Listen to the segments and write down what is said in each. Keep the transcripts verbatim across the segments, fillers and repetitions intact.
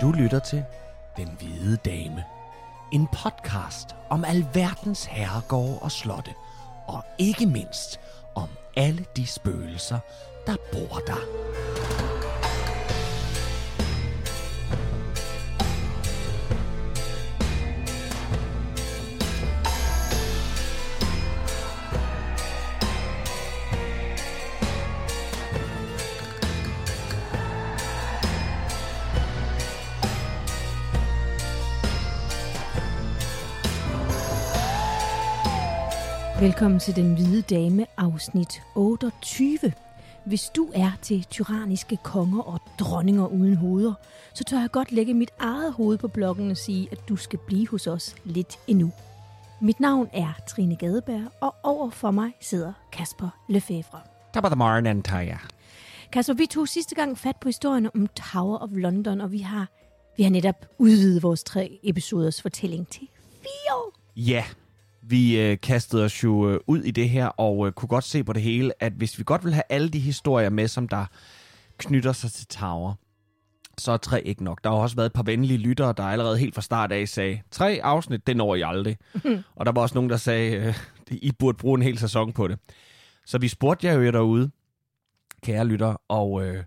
Du lytter til Den Hvide Dame. En podcast om alverdens herregårde og slotte. Og ikke mindst om alle de spøgelser, der bor der. Velkommen til Den Hvide Dame, afsnit otteogtyve. Hvis du er til tyranniske konger og dronninger uden hoveder, så tør jeg godt lægge mit eget hoved på blokken og sige, at du skal blive hos os lidt endnu. Mit navn er Trine Gadeberg, og over for mig sidder Kasper Lefevre. Top of the morning, Taya. Kasper, vi tog sidste gang fat på historien om Tower of London, og vi har, vi har netop udvidet vores tre episoders fortælling til fire. Ja. Yeah. Vi øh, kastede os jo øh, ud i det her, og øh, kunne godt se på det hele, at hvis vi godt vil have alle de historier med, som der knytter sig til Tower, så er tre ikke nok. Der har også været et par venlige lyttere, der allerede helt fra start af sagde, tre afsnit, det når I aldrig. Mm. Og der var også nogen, der sagde, øh, I burde bruge en hel sæson på det. Så vi spurgte jer jo derude, kære lyttere, og øh,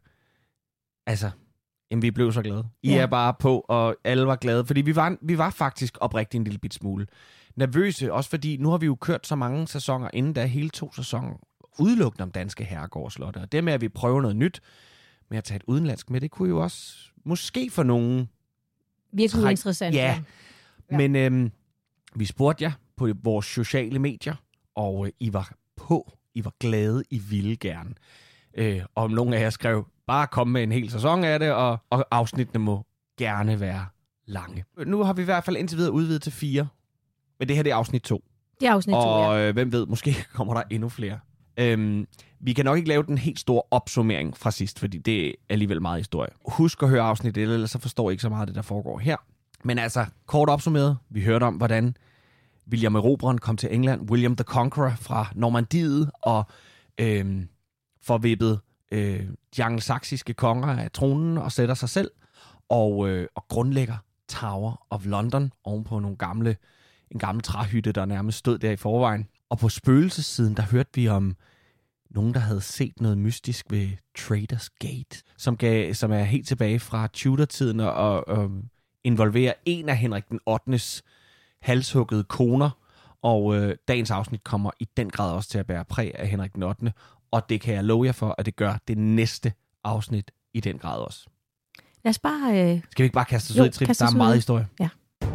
altså, jamen, vi blev så glade. I ja. er bare på, og alle var glade, fordi vi var, vi var faktisk oprigtigt en lille bit smule nervøse, også fordi nu har vi jo kørt så mange sæsoner, inden der hele to sæsoner, udelukkende om danske herregårdslotte. Og det med, at vi prøver noget nyt med at tage et udenlandsk med, det kunne jo også måske for nogen virkelig træk... interessant. Ja, ja. Men øhm, vi spurgte jer på vores sociale medier, og øh, I var på, I var glade, I ville gerne. Øh, og om nogle af jer skrev, bare kom med en hel sæson af det, og, og afsnittene må gerne være lange. Nu har vi i hvert fald indtil videre udvidet til fire. Men det her, det er afsnit to. Det er afsnit to, og ja. øh, hvem ved, måske kommer der endnu flere. Øhm, vi kan nok ikke lave den helt store opsummering fra sidst, fordi det er alligevel meget historie. Husk at høre afsnit et, ellers så forstår I ikke så meget af det, der foregår her. Men altså, kort opsummeret, vi hørte om, hvordan William Erobreren kom til England, William the Conqueror fra Normandiet, og øhm, får vippet øh, de angelsaksiske konger af tronen og sætter sig selv, og, øh, og grundlægger Tower of London ovenpå nogle gamle en gammel træhytte, der nærmest stod der i forvejen. Og på spøgelsessiden, der hørte vi om nogen, der havde set noget mystisk ved Traders Gate, som, gav, som er helt tilbage fra Tudor-tiden og, og involverer en af Henrik den ottendes halshuggede koner. Og øh, dagens afsnit kommer i den grad også til at bære præg af Henrik den ottende. Og det kan jeg love jer for, at det gør det næste afsnit i den grad også. Lad os bare... Øh... Skal vi ikke bare kaste os ud i trip? Der er meget historie. Ja.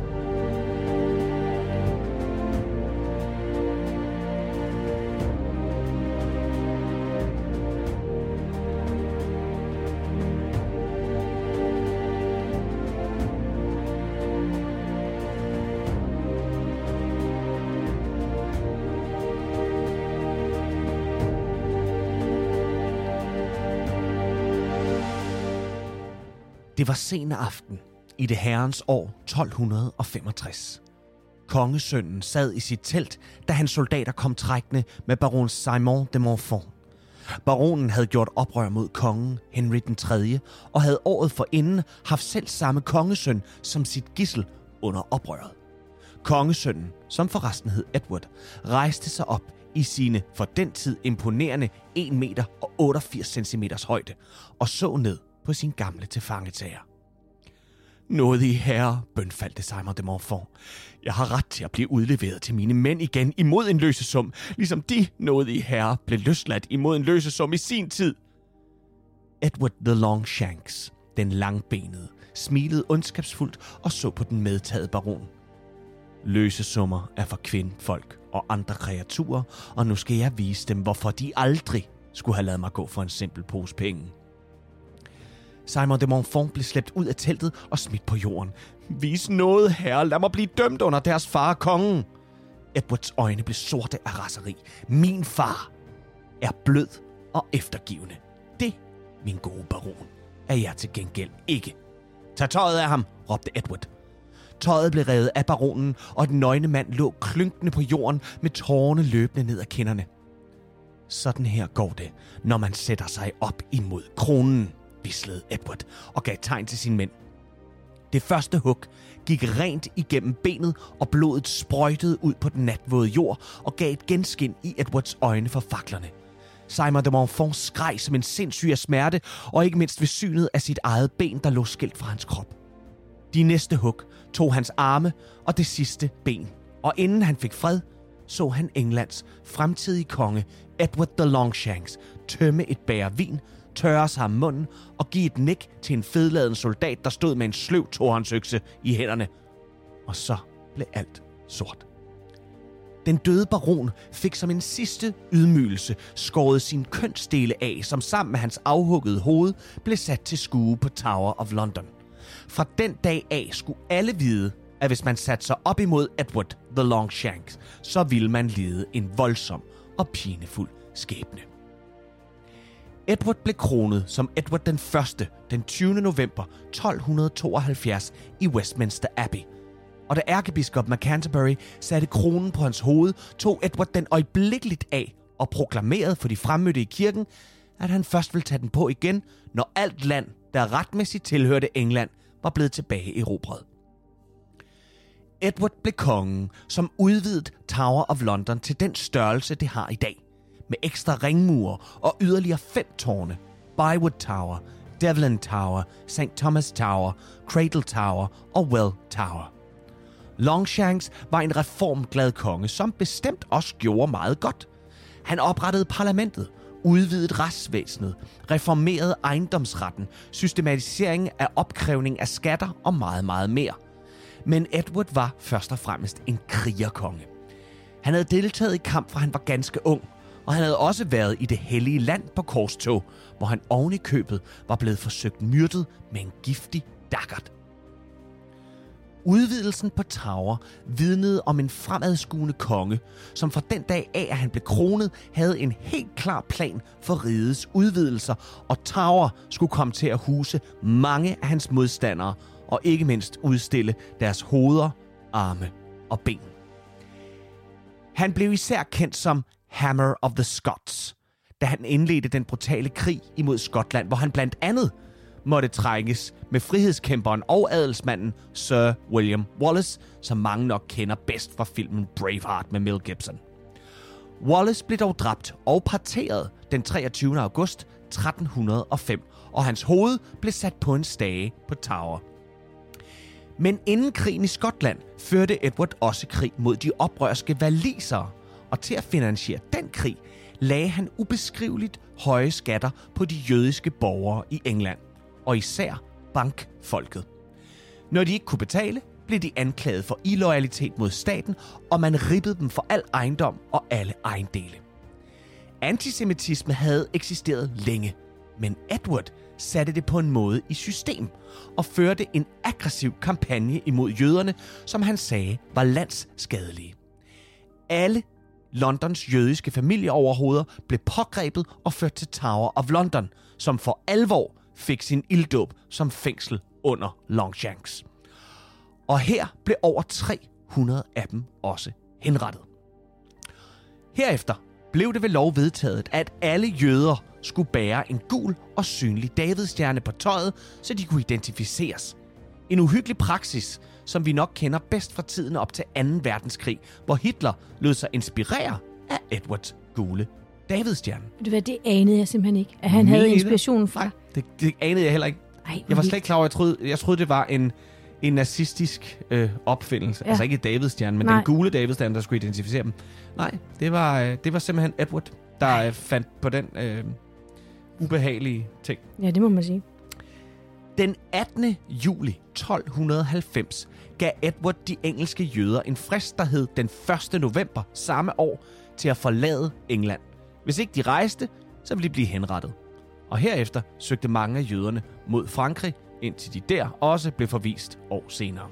Det var sen aften i det herrens år tolv femogtres. Kongesønnen sad i sit telt, da hans soldater kom trækkende med baron Simon de Montfort. Baronen havde gjort oprør mod kongen Henry den tredje og havde året forinden haft selv samme kongesøn som sit gidsel under oprøret. Kongesønnen, som forresten hed Edward, rejste sig op i sine for den tid imponerende en meter og otteogfirs centimeters højde og så ned på sin gamle tilfangetager. Nådige herre, bønfaldte Simon de Montfort. Jeg har ret til at blive udleveret til mine mænd igen imod en løsesum, ligesom de nådige herre blev løsladt imod en løsesum i sin tid. Edward the Longshanks, den langbenede, smilede ondskabsfuldt og så på den medtagede baron. Løsesummer er for kvindfolk og andre kreaturer, og nu skal jeg vise dem, hvorfor de aldrig skulle have ladet mig gå for en simpel pose penge. Simon de Montfort blev slæbt ud af teltet og smidt på jorden. Vis noget, herre. Lad mig blive dømt under deres far, kongen. Edwards øjne blev sorte af raseri. Min far er blød og eftergivende. Det, min gode baron, er jeg til gengæld ikke. Tag tøjet af ham, råbte Edward. Tøjet blev revet af baronen, og den nøgne mand lå klynkende på jorden med tårerne løbende ned ad kinderne. Sådan her går det, når man sætter sig op imod kronen, hvislede Edward og gav tegn til sine mænd. Det første hug gik rent igennem benet, og blodet sprøjtede ud på den natvåde jord og gav et genskin i Edwards øjne for faklerne. Simon de Montfort skreg som en sindssyg af smerte, og ikke mindst ved synet af sit eget ben, der lå skilt fra hans krop. De næste hug tog hans arme og det sidste ben, og inden han fik fred, så han Englands fremtidige konge, Edward the Longshanks, tømme et bæger vin, tørre sig om munden og give et nik til en fedladen soldat, der stod med en sløv tohåndsøkse i hænderne. Og så blev alt sort. Den døde baron fik som en sidste ydmygelse skåret sin kønsdele af, som sammen med hans afhuggede hoved blev sat til skue på Tower of London. Fra den dag af skulle alle vide, at hvis man satte sig op imod Edward the Longshanks, så ville man lide en voldsom og pinefuld skæbne. Edward blev kronet som Edward den første den tyvende november tolv tooghalvfjerds i Westminster Abbey. Og da ærkebiskop af Canterbury satte kronen på hans hoved, tog Edward den øjeblikkeligt af og proklamerede for de fremmødte i kirken, at han først ville tage den på igen, når alt land, der retmæssigt tilhørte England, var blevet tilbage erobret. Edward blev kongen, som udvidede Tower of London til den størrelse, det har i dag, med ekstra ringmure og yderligere fem tårne: Bywood Tower, Devlin Tower, Saint Thomas Tower, Cradle Tower og Well Tower. Longshanks var en reformglad konge, som bestemt også gjorde meget godt. Han oprettede parlamentet, udvidede retsvæsenet, reformerede ejendomsretten, systematiseringen af opkrævning af skatter og meget, meget mere. Men Edward var først og fremmest en krigerkonge. Han havde deltaget i kamp, fra han var ganske ung, og han havde også været i det hellige land på korstog, hvor han oven i købet var blevet forsøgt myrdet med en giftig daggert. Udvidelsen på Tower vidnede om en fremadskuende konge, som fra den dag af, at han blev kronet, havde en helt klar plan for rigets udvidelser, og Tower skulle komme til at huse mange af hans modstandere, og ikke mindst udstille deres hoveder, arme og ben. Han blev især kendt som Hammer of the Scots, da han indledte den brutale krig imod Skotland, hvor han blandt andet måtte trækkes med frihedskæmperen og adelsmanden Sir William Wallace, som mange nok kender bedst fra filmen Braveheart med Mel Gibson. Wallace blev dog dræbt og parteret den treogtyvende august tretten hundrede og fem, og hans hoved blev sat på en stage på Tower. Men inden krigen i Skotland førte Edward også krig mod de oprørske walisere, og til at finansiere den krig lagde han ubeskriveligt høje skatter på de jødiske borgere i England, og især bankfolket. Når de ikke kunne betale, blev de anklaget for illoyalitet mod staten, og man ribbede dem for al ejendom og alle ejendele. Antisemitisme havde eksisteret længe, men Edward satte det på en måde i system og førte en aggressiv kampagne imod jøderne, som han sagde var landsskadelige. Alle Londons jødiske familieoverhoveder blev pågrebet og ført til Tower of London, som for alvor fik sin ilddåb som fængsel under Longshanks. Og her blev over tre hundrede af dem også henrettet. Herefter blev det ved lov vedtaget, at alle jøder skulle bære en gul og synlig Davidstjerne på tøjet, så de kunne identificeres. En uhyggelig praksis, som vi nok kender bedst fra tiden op til anden verdenskrig, hvor Hitler lod sig inspirere af Edwards gule Davidstjerne. Ved du hvad, det anede jeg simpelthen ikke, at han havde inspirationen fra. Nej, det, det anede jeg heller ikke. Ej, jeg var slet ikke klar over, jeg troede, jeg troede det var en, en nazistisk øh, opfindelse. Ja. Altså ikke Davidstjerne, men Nej. den gule Davidstjerne, der skulle identificere dem. Nej, det var, øh, det var simpelthen Edward, der øh, fandt på den øh, ubehagelige ting. Ja, det må man sige. Den attende juli tolv halvfems gav Edward de engelske jøder en frist, der hed den første november samme år, til at forlade England. Hvis ikke de rejste, så ville de blive henrettet. Og herefter søgte mange af jøderne mod Frankrig, indtil de der også blev forvist år senere.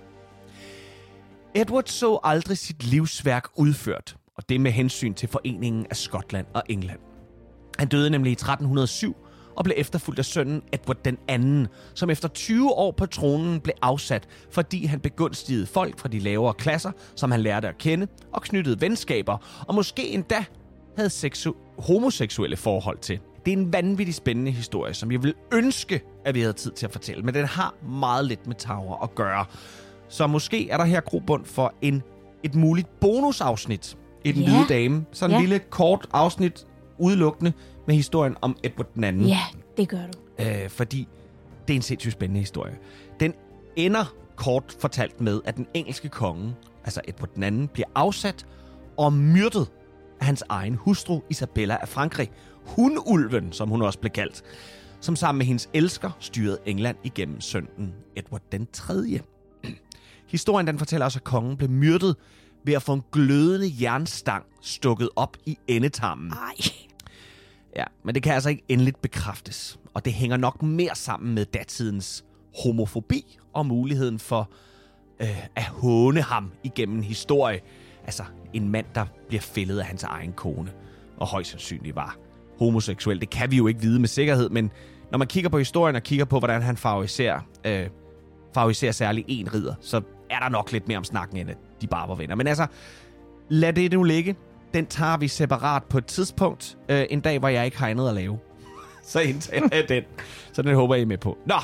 Edward så aldrig sit livsværk udført, og det med hensyn til foreningen af Skotland og England. Han døde nemlig i tretten hundrede og syv og blev efterfulgt af sønnen Edward den anden, som efter tyve år på tronen blev afsat, fordi han begunstigede folk fra de lavere klasser, som han lærte at kende, og knyttede venskaber, og måske endda havde seksu- homoseksuelle forhold til. Det er en vanvittig spændende historie, som jeg vil ønske, at vi havde tid til at fortælle. Men den har meget lidt med Tower at gøre. Så måske er der her grobund for en, et muligt bonusafsnit i Den Ja. Hvide Dame. Sådan en Ja. lille kort afsnit udelukkende med historien om Edward den anden. Ja, det gør du. Øh, fordi det er en sindssygt spændende historie. Den ender kort fortalt med, at den engelske konge, altså Edward den anden, bliver afsat og myrdet af hans egen hustru Isabella af Frankrig. Hunulven, som hun også blev kaldt, som sammen med hendes elsker styrede England igennem sønnen Edward den tredje. Historien den fortæller også, at kongen blev myrdet ved at få en glødende jernstang stukket op i endetarmen. Ej. Ja, men det kan altså ikke endeligt bekræftes. Og det hænger nok mere sammen med datidens homofobi og muligheden for øh, at håne ham igennem en historie. Altså en mand, der bliver fældet af hans egen kone, og højst sandsynligt var homoseksuel. Det kan vi jo ikke vide med sikkerhed, men når man kigger på historien og kigger på, hvordan han favoriserer, øh, favoriserer særligt en ridder, så er der nok lidt mere om snakken, end at de bare var venner. Men altså, lad det nu ligge. Den tager vi separat på et tidspunkt. Øh, en dag, hvor jeg ikke har andet at lave. Så indtaler jeg den. Så den håber jeg, I er med på. Nå,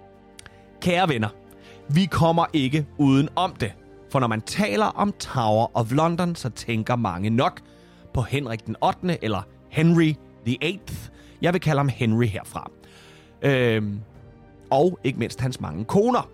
kære venner. Vi kommer ikke uden om det. For når man taler om Tower of London, så tænker mange nok på Henrik den ottende eller Henry the eighth. Jeg vil kalde ham Henry herfra. Øhm, og ikke mindst hans mange koner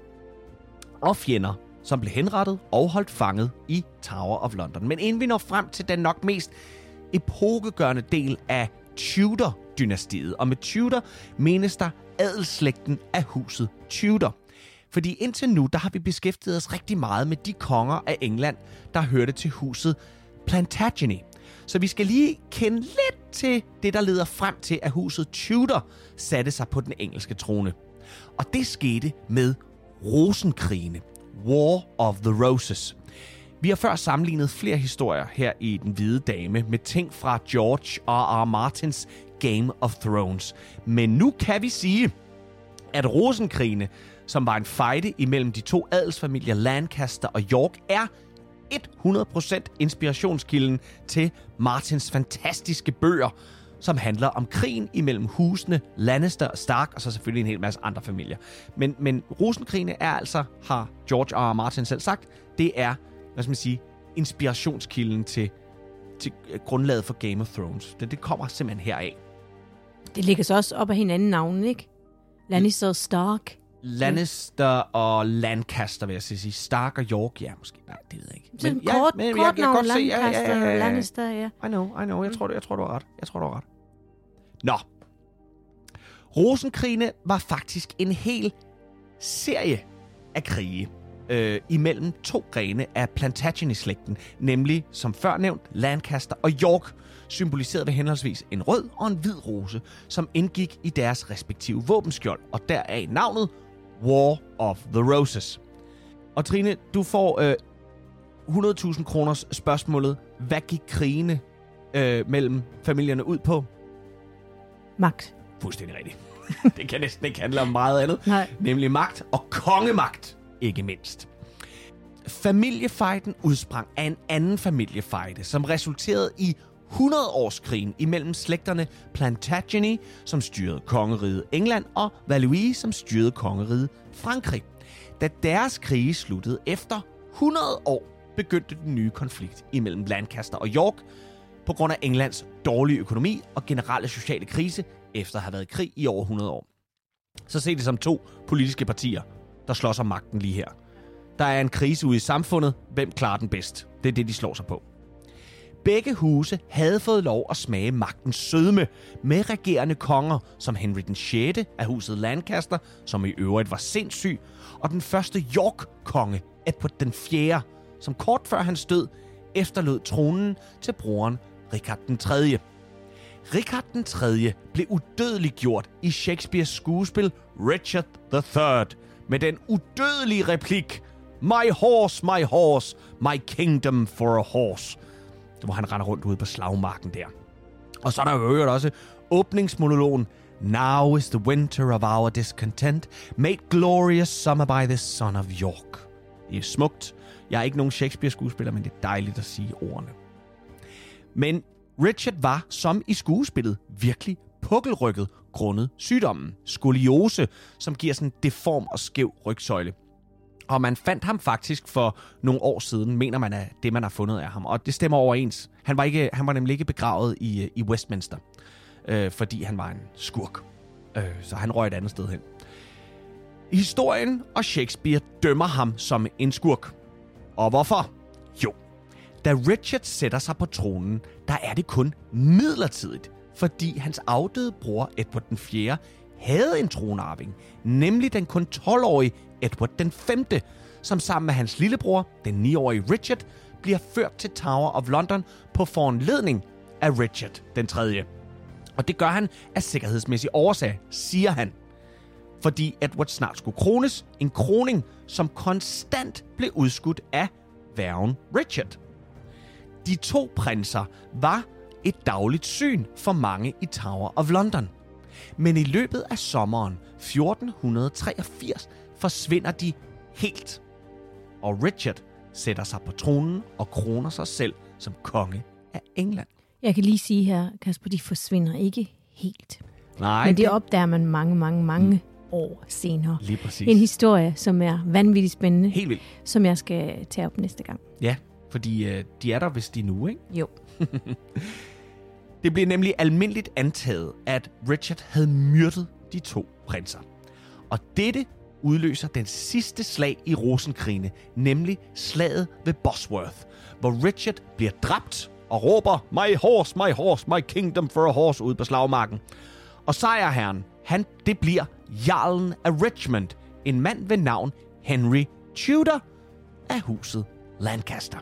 og fjender, som blev henrettet og holdt fanget i Tower of London. Men inden vi når frem til den nok mest epokegørende del af Tudor-dynastiet, og med Tudor menes der adelsslægten af huset Tudor. Fordi indtil nu, der har vi beskæftiget os rigtig meget med de konger af England, der hørte til huset Plantagenet. Så vi skal lige kende lidt til det, der leder frem til, at huset Tudor satte sig på den engelske trone. Og det skete med Rosenkrigene. War of the Roses. Vi har før sammenlignet flere historier her i Den Hvide Dame med ting fra George R R. Martins Game of Thrones. Men nu kan vi sige, at Rosenkrigene, som var en fejde imellem de to adelsfamilier Lancaster og York, er hundrede procent inspirationskilden til Martins fantastiske bøger, som handler om krigen imellem husene Lannister og Stark, og så selvfølgelig en hel masse andre familier. Men, men Rosenkrigene er altså, har George R R. Martin selv sagt, det er, hvad skal man sige, inspirationskilden til, til grundlaget for Game of Thrones. Det, det kommer simpelthen heraf. Det ligger så også op af hinanden navnen, ikke? Lannister og Stark. Lannister og Lancaster, vil jeg sige. Stark og York, ja, måske. Nej, det ved jeg ikke. Men, men kort, men, kort jeg, jeg, navn, jeg se, Lancaster ja, ja, ja, ja. og Lannister, ja. I know, I know. Jeg tror, du, jeg tror, du har ret. Jeg tror, du har ret. Nå. Rosenkrigene var faktisk en hel serie af krige øh, imellem to grene af Plantagenet-slægten, nemlig, som før nævnt, Lancaster og York, symboliseret ved henholdsvis en rød og en hvid rose, som indgik i deres respektive våbenskjold, og deraf navnet War of the Roses. Og Trine, du får øh, hundrede tusind kroners spørgsmålet. Hvad gik krigene øh, mellem familierne ud på? Magt. Fuldstændig rigtigt. Det kan næsten ikke handle om meget andet. Nej. Nemlig magt og kongemagt, ikke mindst. Familiefejden udsprang af en anden familiefejde, som resulterede i hundrede-årskrigen imellem slægterne Plantagenet, som styrede kongeriget England, og Valois, som styrede kongeriget Frankrig. Da deres krige sluttede efter hundrede år, begyndte den nye konflikt imellem Lancaster og York på grund af Englands dårlige økonomi og generelle sociale krise efter at have været i krig i over hundrede år. Så se det som to politiske partier, der slås om magten lige her. Der er en krise ude i samfundet. Hvem klarer den bedst? Det er det, de slår sig på. Begge huse havde fået lov at smage magtens sødme med regerende konger som Henry den sjette af huset Lancaster, som i øvrigt var sindssyg, og den første York-konge, Edward den fjerde, som kort før hans død efterlod tronen til broren Richard den tredje. Richard den tredje blev udødeliggjort i Shakespeares skuespil Richard the third med den udødelige replik My horse, my horse, my kingdom for a horse. Det må han rende rundt ude på slagmarken der. Og så er der jo øvrigt også åbningsmonologen Now is the winter of our discontent, made glorious summer by the son of York. Det er smukt. Jeg er ikke nogen Shakespeare-skuespiller, men det er dejligt at sige ordene. Men Richard var, som i skuespillet, virkelig pukkelrykket, grundet sygdommen skoliose, som giver sådan en deform og skæv rygsøjle. Og man fandt ham faktisk for nogle år siden, mener man er det, man har fundet af ham. Og det stemmer overens. Han var, ikke, han var nemlig ikke begravet i, i Westminster, øh, fordi han var en skurk. Øh, så han røg et andet sted hen. Historien og Shakespeare dømmer ham som en skurk. Og hvorfor? Jo, da Richard sætter sig på tronen, der er det kun midlertidigt, fordi hans afdøde bror Edward den fjerde havde en tronarving, nemlig den kun tolv-årige Edward den femte, som sammen med hans lillebror, den ni-årige Richard, bliver ført til Tower of London på foranledning af Richard den tredje. Og det gør han af sikkerhedsmæssig årsag, siger han. Fordi Edward snart skulle krones, en kroning, som konstant blev udskudt af værgen Richard. De to prinser var et dagligt syn for mange i Tower of London. Men i løbet af sommeren fjorten treogfirs forsvinder de helt. Og Richard sætter sig på tronen og kroner sig selv som konge af England. Jeg kan lige sige her, Kasper, de forsvinder ikke helt. Nej, Men det opdager man mange, mange, mange mm. år senere. Lige præcis. En historie, som er vanvittigt spændende. Helt vildt. Som jeg skal tage op næste gang. Ja, fordi øh, de er der, hvis de nu, ikke? Jo. Det blev nemlig almindeligt antaget, at Richard havde myrdet de to prinser. Og dette udløser den sidste slag i Rosenkrigene, nemlig slaget ved Bosworth, hvor Richard bliver dræbt og råber, "My horse, my horse, my kingdom for a horse" ud på slagmarken. Og sejrherren, han, det bliver jarlen af Richmond, en mand ved navn Henry Tudor af huset Lancaster.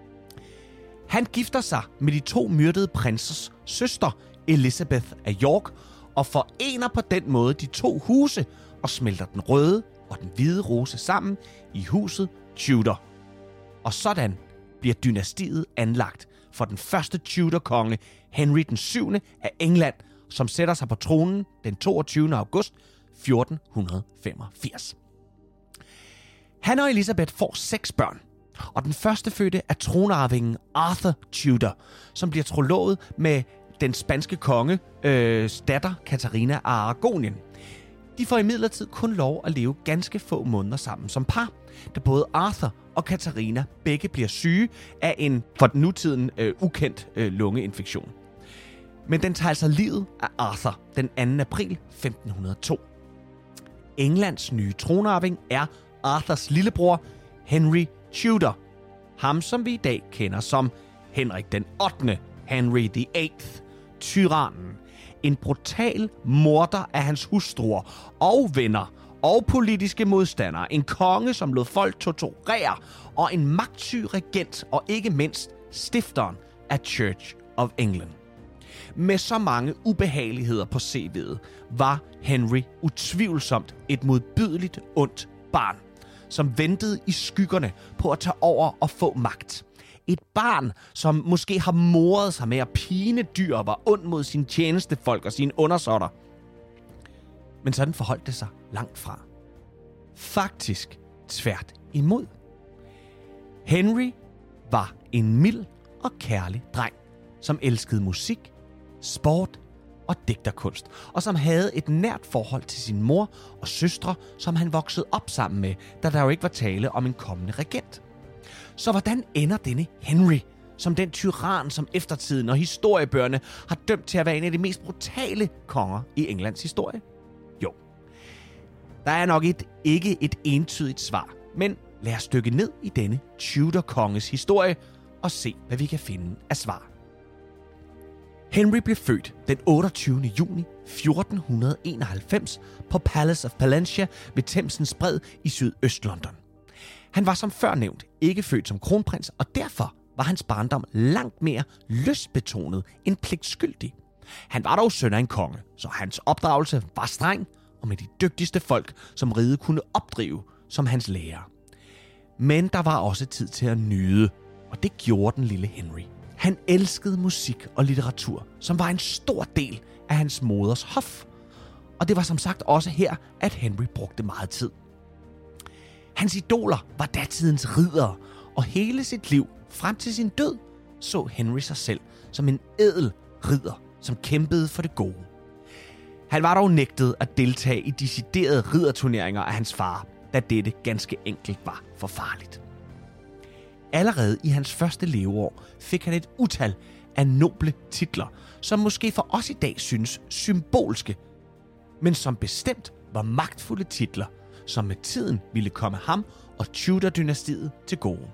Han gifter sig med de to myrdede prinsers søster, Elizabeth af York, og forener på den måde de to huse og smelter den røde og den hvide rose sammen i huset Tudor. Og sådan bliver dynastiet anlagt for den første Tudor-konge, Henry den syvende af England, som sætter sig på tronen den toogtyvende august fjorten femogfirs. Han og Elizabeth får seks børn, og den første fødte er tronarvingen Arthur Tudor, som bliver trolovet med den spanske konge, øh, datter Katarina af Aragonien. De får imidlertid kun lov at leve ganske få måneder sammen som par, da både Arthur og Katarina begge bliver syge af en for nutiden øh, ukendt øh, lungeinfektion. Men den tager altså livet af Arthur den anden april femten hundrede og to. Englands nye tronarving er Arthurs lillebror Henry Tudor, ham som vi i dag kender som Henrik den ottende, Henry the eighth, tyrannen. En brutal morder af hans hustruer og venner og politiske modstandere. En konge, som lod folk torturere, og en magtsyg regent og ikke mindst stifteren af Church of England. Med så mange ubehageligheder på C V'et var Henry utvivlsomt et modbydeligt ondt barn, som ventede i skyggerne på at tage over og få magt. Et barn, som måske har moret sig med at pine dyr og var ond mod sine tjenestefolk og sine undersåtter. Men sådan forholdt det sig langt fra. Faktisk tvært imod. Henry var en mild og kærlig dreng, som elskede musik, sport og digterkunst, og som havde et nært forhold til sin mor og søstre, som han voksede op sammen med, da der jo ikke var tale om en kommende regent. Så hvordan ender denne Henry som den tyran, som eftertiden og historiebøgerne har dømt til at være en af de mest brutale konger i Englands historie? Jo, der er nok et, ikke et entydigt svar, men lad os dykke ned i denne Tudor-konges historie og se, hvad vi kan finde af svar. Henry blev født den otteogtyvende juni fjorten enoghalvfems på Palace of Palencia ved Themsens bred i Sydøst-London. Han var som før nævnt ikke født som kronprins, og derfor var hans barndom langt mere lystbetonet end pligtskyldig. Han var dog søn af en konge, så hans opdragelse var streng og med de dygtigste folk, som riget kunne opdrive som hans lærer. Men der var også tid til at nyde, og det gjorde den lille Henry. Han elskede musik og litteratur, som var en stor del af hans moders hof. Og det var som sagt også her, at Henry brugte meget tid. Hans idoler var datidens riddere, og hele sit liv frem til sin død så Henry sig selv som en ædel ridder, som kæmpede for det gode. Han var dog nægtet at deltage i deciderede ridderturneringer af hans far, da dette ganske enkelt var for farligt. Allerede i hans første leveår fik han et utal af noble titler, som måske for os i dag synes symbolske, men som bestemt var magtfulde titler, som med tiden ville komme ham og Tudor-dynastiet til gode.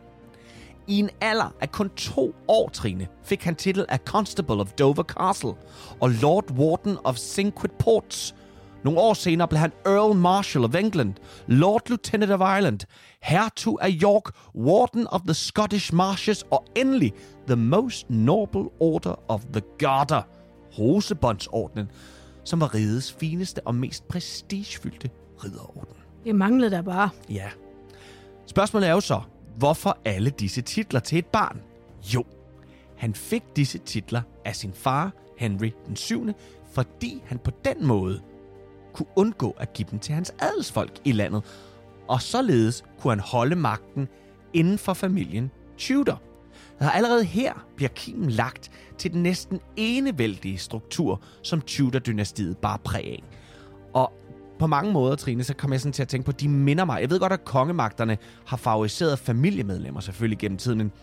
I en alder af kun to år, Trine, fik han titel af Constable of Dover Castle og Lord Warden of Cinque Ports. Nogle år senere blev han Earl Marshal of England, Lord Lieutenant of Ireland, Hertug af York, Warden of the Scottish Marches og endelig The Most Noble Order of the Garter, Rosebåndsordenen, som var rigets fineste og mest prestigefyldte ridderorden. Det manglede der bare. Ja. Spørgsmålet er jo så, hvorfor alle disse titler til et barn? Jo, han fik disse titler af sin far, Henry den syvende, fordi han på den måde kunne undgå at give dem til hans adelsfolk i landet, og således kunne han holde magten inden for familien Tudor. Og allerede her bliver kimen lagt til den næsten enevældige struktur, som Tudor-dynastiet bare præg af. Og på mange måder, Trine, så kommer jeg sådan til at tænke på, de minder mig. Jeg ved godt, at kongemagterne har favoriseret familiemedlemmer selvfølgelig gennem tiden, men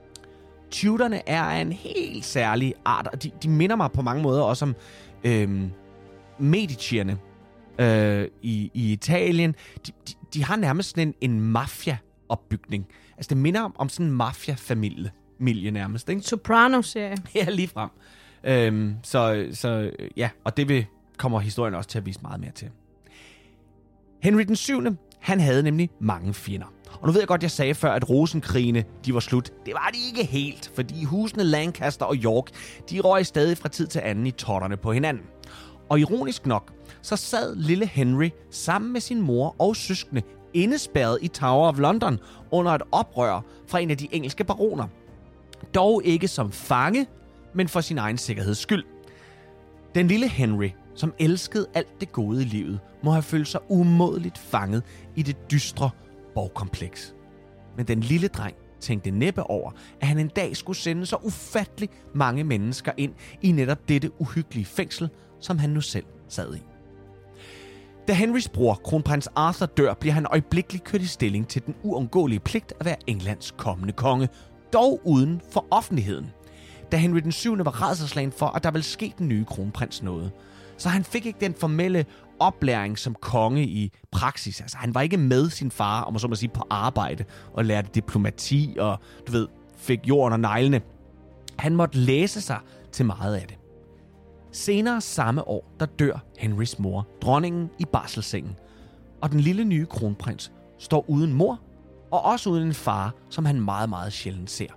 Tudorne er af en helt særlig art, og de, de minder mig på mange måder også om øhm, Medicierne øh, i, i Italien. De, de, de har nærmest sådan en, en mafia-opbygning. Altså, det minder om, om sådan en mafia-familie familie nærmest, ikke? Sopranos-serie. Ja, lige frem. Øhm, så, så ja, og det vil, kommer historien også til at vise meget mere til. Henry den syvende, han havde nemlig mange fjender. Og nu ved jeg godt, jeg sagde før, at Rosenkrigene, de var slut. Det var de ikke helt, fordi husene Lancaster og York, de røg stadig fra tid til anden i totterne på hinanden. Og ironisk nok, så sad lille Henry sammen med sin mor og søskende indespærret i Tower of London under et oprør fra en af de engelske baroner. Dog ikke som fange, men for sin egen sikkerheds skyld. Den lille Henry, som elskede alt det gode i livet, må have følt sig umådeligt fanget i det dystre borgkompleks. Men den lille dreng tænkte næppe over, at han en dag skulle sende så ufattelig mange mennesker ind i netop dette uhyggelige fængsel, som han nu selv sad i. Da Henrys bror, kronprins Arthur, dør, bliver han øjeblikkeligt kørt i stilling til den uundgåelige pligt at være Englands kommende konge, dog uden for offentligheden. Da Henry den syvende var rædselsslagen for, at der ville ske den nye kronprins noget. Så han fik ikke den formelle oplæring som konge i praksis. Altså, han var ikke med sin far, om man så må sige, på arbejde og lærte diplomati og, du ved, fik jorden og neglene. Han måtte læse sig til meget af det. Senere samme år, der dør Henrys mor, dronningen, i barselssengen. Og den lille nye kronprins står uden mor og også uden en far, som han meget, meget sjældent ser.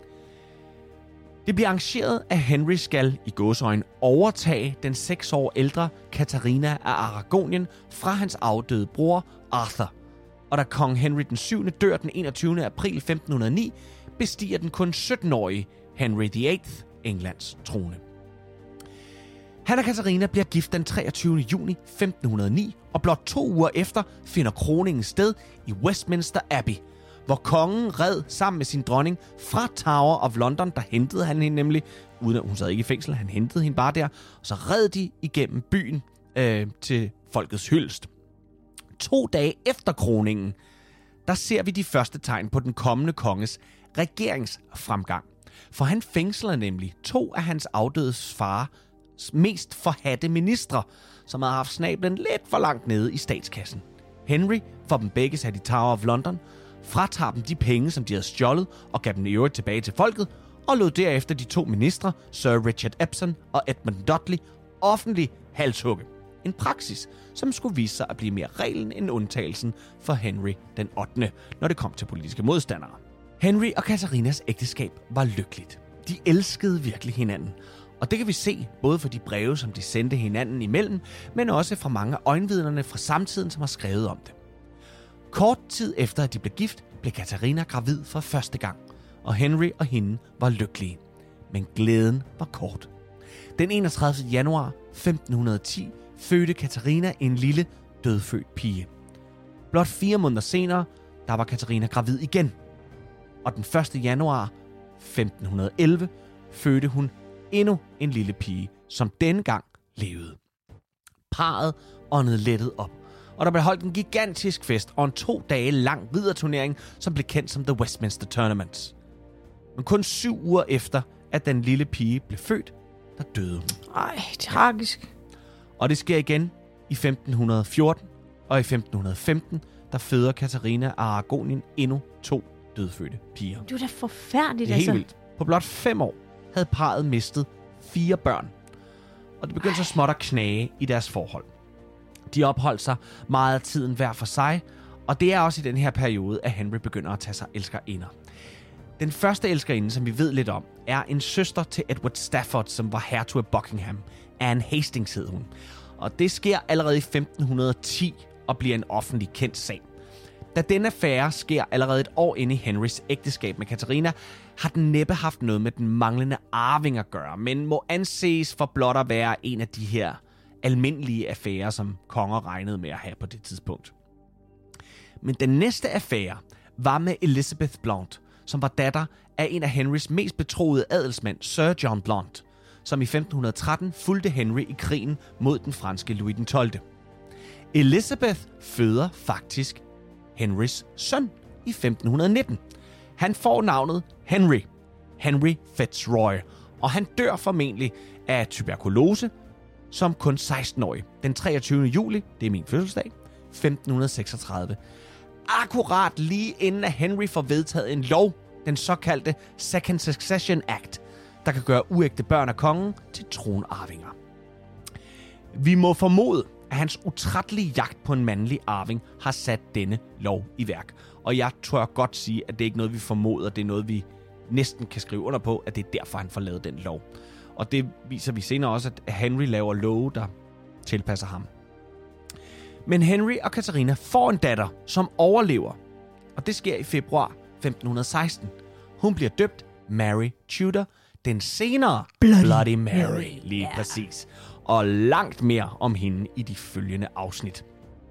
Det bliver arrangeret, at Henry skal i gåseøjne overtage den seks år ældre Katarina af Aragonien fra hans afdøde bror Arthur. Og da kong Henry den syvende dør den enogtyvende april femten hundrede og ni, bestiger den kun sytten-årige Henry den ottende Englands trone. Han og Katarina bliver gift den treogtyvende juni femten hundrede og ni, og blot to uger efter finder kroningen sted i Westminster Abbey, hvor kongen red sammen med sin dronning fra Tower of London. Der hentede han hende nemlig, uden at hun sad ikke i fængsel, han hentede hende bare der, og så red de igennem byen øh, til folkets hyldest. To dage efter kroningen, der ser vi de første tegn på den kommende konges regeringsfremgang. For han fængsler nemlig to af hans afdødes far mest forhatte ministre, som havde haft snablen lidt for langt nede i statskassen. Henry får dem begge sat i Tower of London, fratager dem de penge, som de havde stjålet, og gav dem i øvrigt tilbage til folket, og lod derefter de to ministre, Sir Richard Epsom og Edmund Dudley, offentlig halshugge. En praksis, som skulle vise sig at blive mere reglen end undtagelsen for Henry den ottende, når det kom til politiske modstandere. Henry og Katarinas ægteskab var lykkeligt. De elskede virkelig hinanden. Og det kan vi se både for de breve, som de sendte hinanden imellem, men også fra mange af øjenvidnerne fra samtiden, som har skrevet om det. Kort tid efter, at de blev gift, blev Katarina gravid for første gang, og Henry og hende var lykkelige. Men glæden var kort. Den enogtredivte januar femten hundrede og ti fødte Katarina en lille, dødfødt pige. Blot fire måneder senere, der var Katarina gravid igen. Og den første januar femten hundrede og elleve fødte hun endnu en lille pige, som denne gang levede. parret åndede lettet op. Og der blev holdt en gigantisk fest og en to dage lang ridderturnering, som blev kendt som The Westminster Tournament. Men kun syv uger efter, at den lille pige blev født, der døde hun. Ej, tragisk. Og det sker igen i femten fjorten, og i femten femten, der føder Katarina af Aragonien endnu to dødfødte piger. Det var da forfærdeligt, Det er helt altså. vildt. På blot fem år havde parret mistet fire børn. Og det begyndte så småt at knage i deres forhold. De opholdt sig meget af tiden hver for sig, og det er også i den her periode, at Henry begynder at tage sig elskerinder. Den første elskerinde, som vi ved lidt om, er en søster til Edward Stafford, som var hertug af Buckingham. Anne Hastings hed hun. Og det sker allerede i femten ti og bliver en offentlig kendt sag. Da denne affære sker allerede et år inde i Henrys ægteskab med Katarina, har den næppe haft noget med den manglende arving at gøre, men må anses for blot at være en af de her almindelige affærer, som konger regnede med at have på det tidspunkt. Men den næste affære var med Elizabeth Blount, som var datter af en af Henrys mest betroede adelsmænd, Sir John Blount, som i femten tretten fulgte Henry i krigen mod den franske Louis den tolvte. Elizabeth føder faktisk Henrys søn i femten nitten. Han får navnet Henry, Henry Fitzroy, og han dør formentlig af tuberkulose som kun seksten-årig. Den treogtyvende juli, det er min fødselsdag, femten seksogtredive. Akkurat lige inden at Henry får vedtaget en lov, den såkaldte Second Succession Act, der kan gøre uægte børn af kongen til tronarvinger. Vi må formode, at hans utrættelige jagt på en mandlig arving har sat denne lov i værk. Og jeg tør godt sige, at det ikke er noget, vi formoder. Det er noget, vi næsten kan skrive under på, at det er derfor, han får lavet den lov. Og det viser vi senere også, at Henry laver love, der tilpasser ham. Men Henry og Katarina får en datter, som overlever. Og det sker i februar femten seksten. Hun bliver døbt Mary Tudor, den senere Bloody, Bloody Mary, lige yeah. præcis. Og langt mere om hende i de følgende afsnit.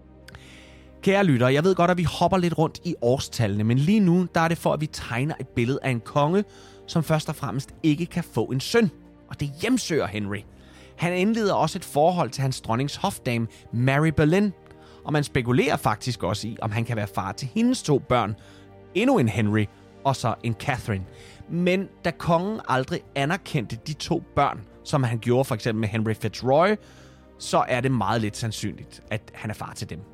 Kære lyttere, jeg ved godt, at vi hopper lidt rundt i årstallene, men lige nu der er det for, at vi tegner et billede af en konge, som først og fremmest ikke kan få en søn. Og det hjemsøger Henry. Han indleder også et forhold til hans dronnings hofdame, Mary Boleyn. Og man spekulerer faktisk også i, om han kan være far til hendes to børn. Endnu en Henry, og så en Catherine. Men da kongen aldrig anerkendte de to børn, som han gjorde for eksempel med Henry Fitzroy, så er det meget lidt sandsynligt, at han er far til dem.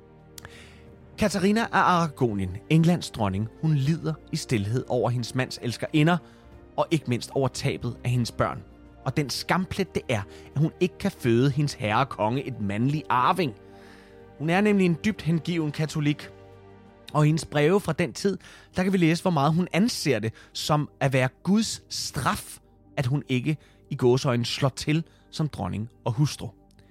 Katarina af Aragonien, Englands dronning, hun lider i stilhed over hendes mands elskerinder, og ikke mindst over tabet af hendes børn. Og den skamplet det er, at hun ikke kan føde hendes herre konge et mandlig arving. Hun er nemlig en dybt hengiven katolik. Og i hendes breve fra den tid, der kan vi læse, hvor meget hun anser det som at være Guds straf, at hun ikke i gåseøjne slår til som dronning og hustru.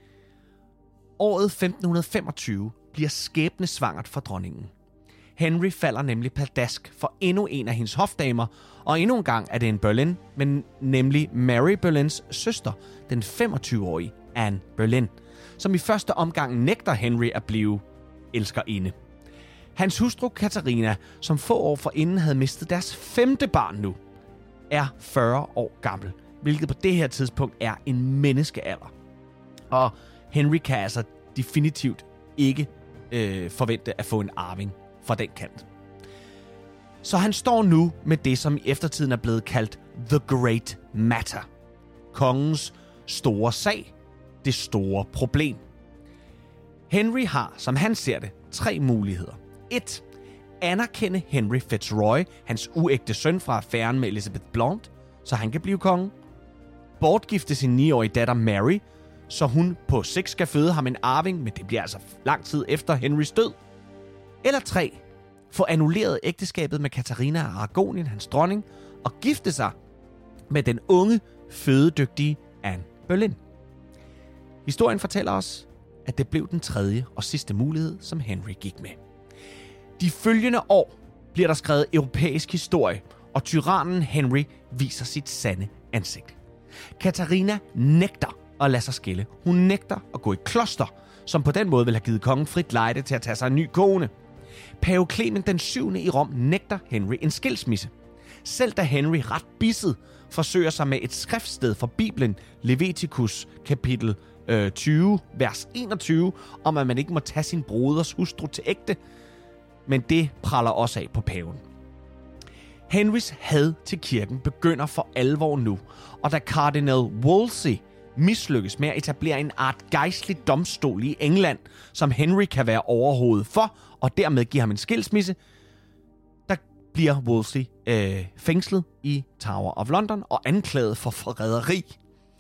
Året femten femogtyve bliver skæbnesvangert for dronningen. Henry falder nemlig pladask for endnu en af hendes hofdamer, og endnu en gang er det en Boleyn, men nemlig Mary Boleyns søster, den femogtyve-årige Anne Boleyn, som i første omgang nægter Henry at blive elskerinde. Hans hustru Katarina, som få år forinden havde mistet deres femte barn nu, er fyrre år gammel, hvilket på det her tidspunkt er en menneskealder. Og Henry kan altså definitivt ikke øh, forvente at få en arving fra den kant. Så han står nu med det, som i eftertiden er blevet kaldt The Great Matter. Kongens store sag, det store problem. Henry har, som han ser det, tre muligheder. et. Anerkende Henry Fitzroy, hans uægte søn fra affæren med Elizabeth Blount, så han kan blive konge. Bortgifte sin niårige datter Mary, så hun på sigt skal føde ham en arving, men det bliver altså lang tid efter Henrys død. Eller tre. Få annulleret ægteskabet med Katarina af Aragonien, hans dronning, og gifte sig med den unge, fødedygtige Anne Boleyn. Historien fortæller os, at det blev den tredje og sidste mulighed, som Henry gik med. De følgende år bliver der skrevet europæisk historie, og tyrannen Henry viser sit sande ansigt. Katarina nægter at lade sig skille. Hun nægter at gå i kloster, som på den måde vil have givet kongen frit lejde til at tage sig en ny kone. Pave Clement den syvende i Rom nægter Henry en skilsmisse. Selv da Henry ret bisset forsøger sig med et skriftsted fra Bibelen, Leviticus kapitel øh, tyve, vers enogtyve, om at man ikke må tage sin broders hustru til ægte, men det praller også af på paven. Henrys had til kirken begynder for alvor nu, og da kardinal Wolsey mislykkes med at etablere en art gejstlig domstol i England, som Henry kan være overhovedet for, og dermed give ham en skilsmisse, der bliver Wolsey øh, fængslet i Tower of London og anklaget for forræderi.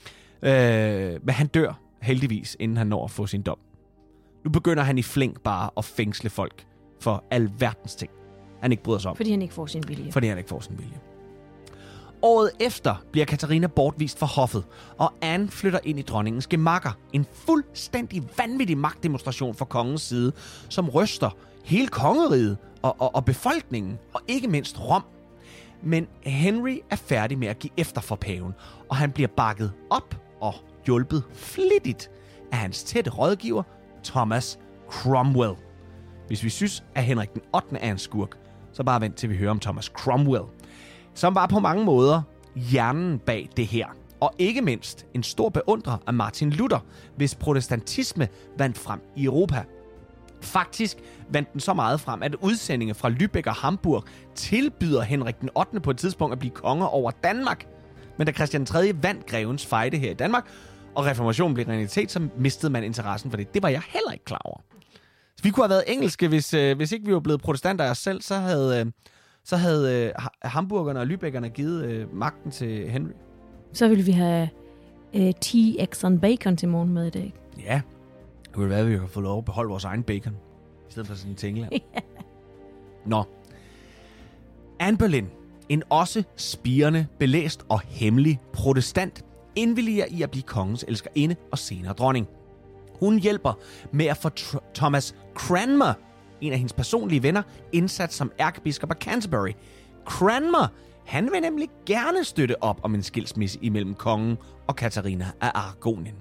Øh, men han dør heldigvis, inden han når at få sin dom. Nu begynder han i flæng bare at fængsle folk for alverdens ting, han ikke bryder sig om. Fordi han ikke får sin vilje. Fordi han ikke får sin vilje. Året efter bliver Katarina bortvist fra hoffet, og Anne flytter ind i dronningens gemakker. En fuldstændig vanvittig magtdemonstration fra kongens side, som ryster hele kongeriget og, og, og befolkningen, og ikke mindst Rom. Men Henry er færdig med at give efter for paven, og han bliver bakket op og hjulpet flittigt af hans tætte rådgiver, Thomas Cromwell. Hvis vi synes, at Henrik den ottende er en skurk, så bare vent til vi hører om Thomas Cromwell, som var på mange måder hjernen bag det her. Og ikke mindst en stor beundrer af Martin Luther, hvis protestantisme vandt frem i Europa. Faktisk vandt den så meget frem, at udsendinge fra Lübeck og Hamburg tilbyder Henrik den ottende på et tidspunkt at blive konge over Danmark. Men da Christian den tredje vandt grevens fejde her i Danmark, og reformationen blev realitet, så mistede man interessen for det. Det var jeg heller ikke klar over. Så vi kunne have været engelske, hvis, øh, hvis ikke vi var blevet protestanter af os selv, så havde... Øh, så havde øh, hamburgerne og lübeckerne givet øh, magten til Henry. Så ville vi have øh, ti eggs on bacon til morgen med i dag. Ja, det ville være, at vi kan få lov at beholde vores egen bacon, i stedet for sådan en til England. Nå. Anne Boleyn, en også spirende, belæst og hemmelig protestant, indvilliger i at blive kongens elskerinde og senere dronning. Hun hjælper med at få Tr- Thomas Cranmer, en af hendes personlige venner, indsat som ærkebiskop af Canterbury. Cranmer, han vil nemlig gerne støtte op om en skilsmisse imellem kongen og Katarina af Aragonien.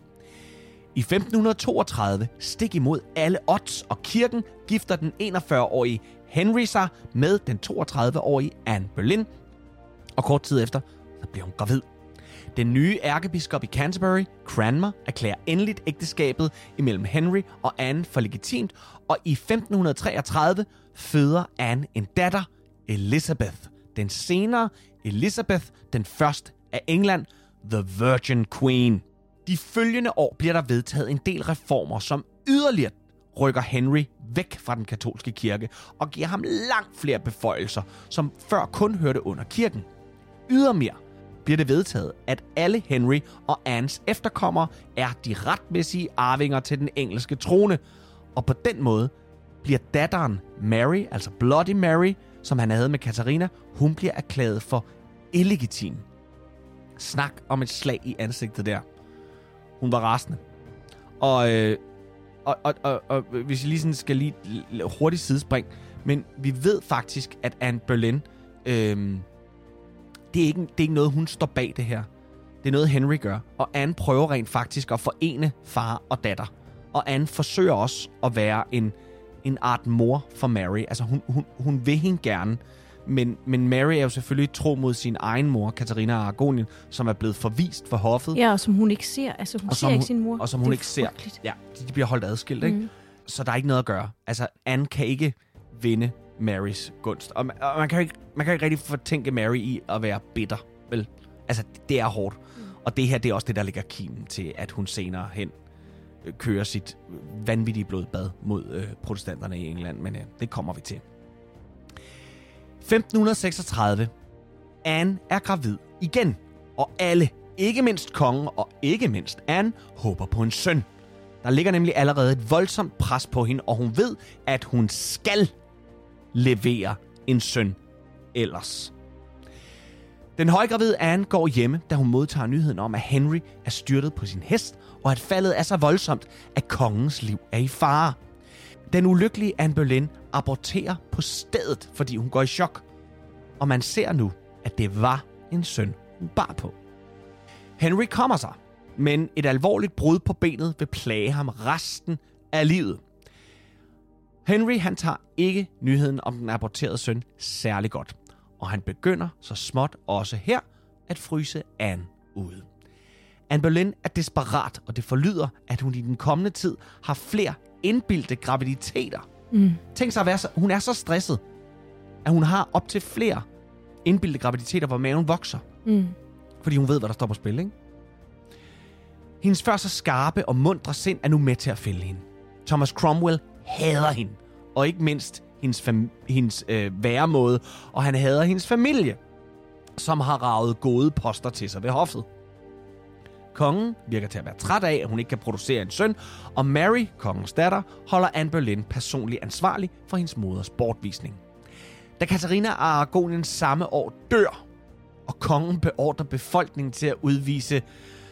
I femten toogtredive, stik imod alle odds og kirken, gifter den enogfyrre-årige Henry sig med den toogtredive-årige Anne Boleyn, og kort tid efter, så bliver hun gravid. Den nye ærkebiskop i Canterbury, Cranmer, erklærer endeligt ægteskabet imellem Henry og Anne for legitimt, og i femten treogtredive føder Anne en datter, Elizabeth. Den senere Elizabeth, den første af England, The Virgin Queen. De følgende år bliver der vedtaget en del reformer, som yderligere rykker Henry væk fra den katolske kirke og giver ham langt flere beføjelser, som før kun hørte under kirken. Ydermere bliver det vedtaget, at alle Henry og Annes efterkommere er de retmæssige arvinger til den engelske trone, og på den måde bliver datteren Mary, altså Bloody Mary, som han havde med Katarina, hun bliver erklæret for illegitim. Snak om et slag i ansigtet der. Hun var rasende. Og, øh, og, og, og, og hvis jeg lige sådan skal lige hurtigt sidespring, men vi ved faktisk, at Anne Boleyn, øh, det, er ikke, det er ikke noget, hun står bag det her. Det er noget, Henry gør. Og Anne prøver rent faktisk at forene far og datter. Og Anne forsøger også at være en, en art mor for Mary. Altså hun, hun, hun vil hende gerne. Men, men Mary er jo selvfølgelig tro mod sin egen mor, Katarina af Aragonien, som er blevet forvist for hoffet. Ja, og som hun ikke ser. Altså hun ser hun, ikke sin mor. Og som hun ikke ser. Ja, de bliver holdt adskilt, ikke? Mm. Så der er ikke noget at gøre. Altså Anne kan ikke vinde Marys gunst. Og man, og man kan jo ikke, man kan jo ikke rigtig fortænke Mary i at være bitter, vel? Altså det er hårdt. Mm. Og det her, det er også det, der ligger kimen til, at hun senere hen øh, kører sit vanvittige blodbad mod øh, protestanterne i England. Men øh, det kommer vi til. femten seksogtredive. Anne er gravid igen, og alle, ikke mindst kongen og ikke mindst Anne, håber på en søn. Der ligger nemlig allerede et voldsomt pres på hende, og hun ved, at hun skal levere en søn ellers. Den højgravide Anne går hjemme, da hun modtager nyheden om, at Henry er styrtet på sin hest, og at faldet er så voldsomt, at kongens liv er i fare. Den ulykkelige Anne Boleyn aborterer på stedet, fordi hun går i chok. Og man ser nu, at det var en søn, hun bar på. Henry kommer sig, men et alvorligt brud på benet vil plage ham resten af livet. Henry han tager ikke nyheden om den aborterede søn særlig godt, og han begynder så småt også her at fryse Anne ude. Anne Boleyn er desperat, og det forlyder, at hun i den kommende tid har flere indbildte graviditeter. Mm. Tænk sig at være så, hun er så stresset, at hun har op til flere indbildte graviditeter, hvor maven vokser. Mm. Fordi hun ved, hvad der står på spil, ikke? Hendes før så skarpe og mundre sind er nu med til at fælde hende. Thomas Cromwell hader hende, og ikke mindst hendes, fam- hendes øh, væremåde, og han hader hendes familie, som har raget gode poster til sig ved hoffet. Kongen virker til at være træt af, at hun ikke kan producere en søn, og Mary, kongens datter, holder Anne Boleyn personligt ansvarlig for hendes moders bortvisning. Da Katarina af Aragonien samme år dør, og kongen beordrer befolkningen til at udvise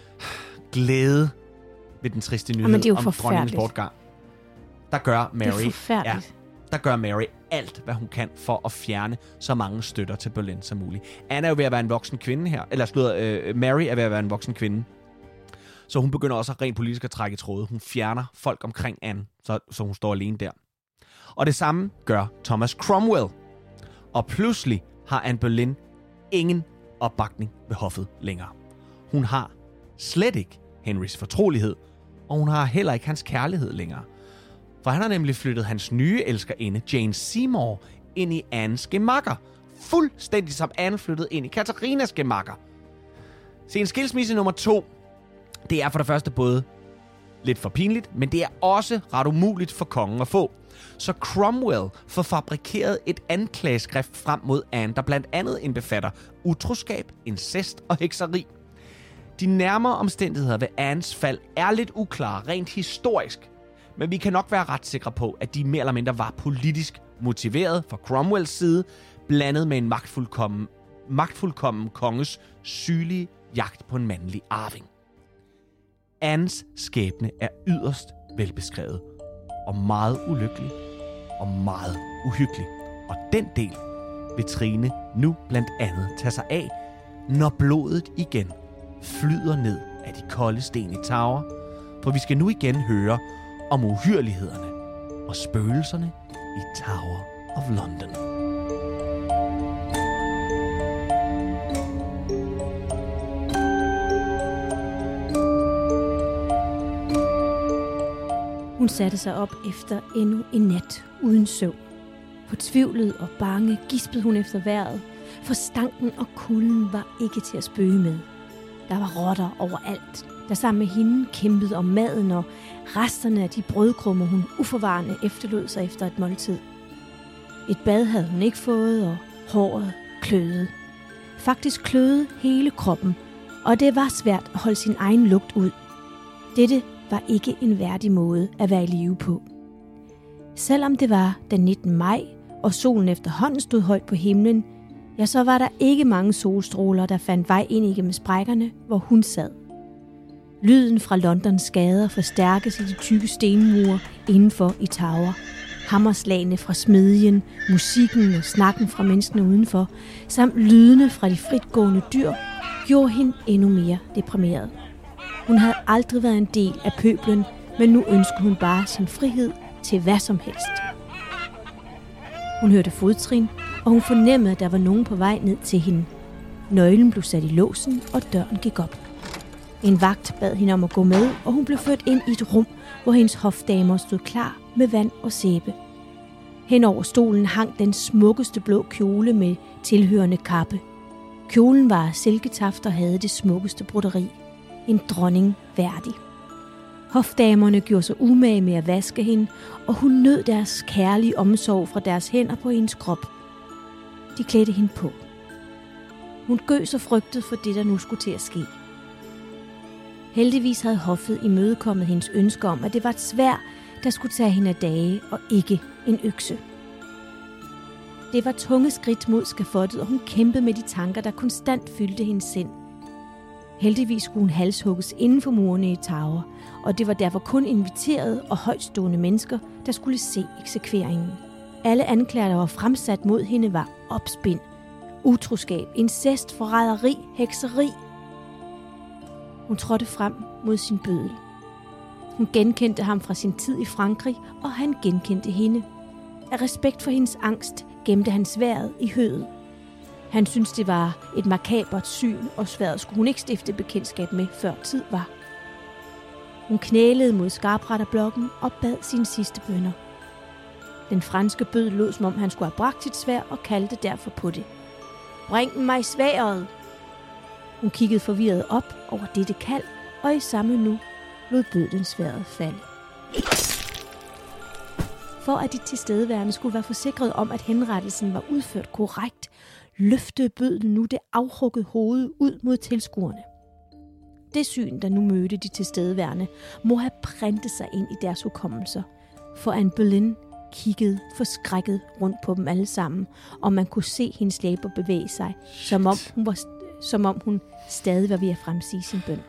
glæde ved den triste nyhed om dronningens bortgang, der gør Mary, ja, der gør Mary alt, hvad hun kan for at fjerne så mange støtter til Boleyn som muligt. Anne er jo ved at være en voksen kvinde her, eller slutter, øh, Mary er ved at være en voksen kvinde. Så hun begynder også rent politisk at trække i tråde. Hun fjerner folk omkring Anne, så, så hun står alene der. Og det samme gør Thomas Cromwell. Og pludselig har Anne Boleyn ingen opbakning ved hoffet længere. Hun har slet ikke Henrys fortrolighed, og hun har heller ikke hans kærlighed længere. For han har nemlig flyttet hans nye elskerinde, Jane Seymour, ind i Annes gemakker. Fuldstændig som Anne flyttede ind i Katarinas gemakker. Se, en skilsmisse nummer to, det er for det første både lidt for pinligt, men det er også ret umuligt for kongen at få. Så Cromwell får fabrikeret et anklageskrift frem mod Anne, der blandt andet indbefatter utroskab, incest og hekseri. De nærmere omstændigheder ved Annes fald er lidt uklare rent historisk, men vi kan nok være ret sikre på, at de mere eller mindre var politisk motiveret fra Cromwells side, blandet med en magtfuldkommen, magtfuldkommen konges sygelige jagt på en mandlig arving. Annes skæbne er yderst velbeskrevet, og meget ulykkelig og meget uhyggelig. Og den del vil Trine nu blandt andet tage sig af, når blodet igen flyder ned af de kolde sten i Tower, for vi skal nu igen høre om uhyrlighederne og spøgelserne i Tower of London. Hun satte sig op efter endnu en nat uden søvn. Fortvivlet og bange gispede hun efter vejret, for stanken og kulden var ikke til at spøge med. Der var rotter overalt, der sammen med hende kæmpede om maden og resterne af de brødkrummer, hun uforvarende efterlod sig efter et måltid. Et bad havde hun ikke fået, og håret kløede. Faktisk kløede hele kroppen, og det var svært at holde sin egen lugt ud. Dette var ikke en værdig måde at være i live på. Selvom det var den nittende maj, og solen efterhånden stod højt på himlen, ja, så var der ikke mange solstråler, der fandt vej ind igennem sprækkerne, hvor hun sad. Lyden fra Londons gader forstærkes i de tykke stenmure indenfor i Tower. Hammerslagene fra smedjen, musikken og snakken fra menneskene udenfor, samt lydene fra de fritgående dyr, gjorde hende endnu mere deprimeret. Hun havde aldrig været en del af pøblen, men nu ønskede hun bare sin frihed til hvad som helst. Hun hørte fodtrin, og hun fornemmede, at der var nogen på vej ned til hende. Nøglen blev sat i låsen, og døren gik op. En vagt bad hende om at gå med, og hun blev ført ind i et rum, hvor hendes hofdamer stod klar med vand og sæbe. Hen over stolen hang den smukkeste blå kjole med tilhørende kappe. Kjolen var af silketaft og havde det smukkeste broderi. En dronning værdig. Hofdamerne gjorde sig umage med at vaske hende, og hun nød deres kærlige omsorg fra deres hænder på hendes krop. De klædte hende på. Hun gøs og frygtede for det, der nu skulle til at ske. Heldigvis havde hoffet imødekommet hendes ønske om, at det var et sværd, der skulle tage hende af dage, og ikke en økse. Det var tunge skridt mod skafottet, og hun kæmpede med de tanker, der konstant fyldte hendes sind. Heldigvis skulle hun halshugges inden for murene i Tower, og det var derfor kun inviterede og højtstående mennesker, der skulle se eksekveringen. Alle anklager, der var fremsat mod hende, var opspind, utroskab, incest, forræderi, hekseri. Hun trådte frem mod sin bøddel. Hun genkendte ham fra sin tid i Frankrig, og han genkendte hende. Af respekt for hendes angst gemte han sværdet i høet. Han syntes, det var et makabert syn, og sværdet skulle hun ikke stifte bekendtskab med, før tid var. Hun knælede mod skarpretterblokken og bad sine sidste bønner. Den franske bød lød, som om han skulle have bragt sit sværd, og kaldte derfor på det. Bring mig sværdet! Hun kiggede forvirret op over dette kald, og i samme nu lod bødlen sværdet falde. For at de tilstedeværende skulle være forsikret om, at henrettelsen var udført korrekt, løftede bødlen nu det afhuggede hoved ud mod tilskuerne. Det syn, der nu mødte de tilstedeværende, må have printet sig ind i deres hukommelser, for Anne Boleyn kiggede forskrækket rundt på dem alle sammen, og man kunne se hendes læber bevæge sig, som om hun, var, som om hun stadig var ved at fremsige sin bøn.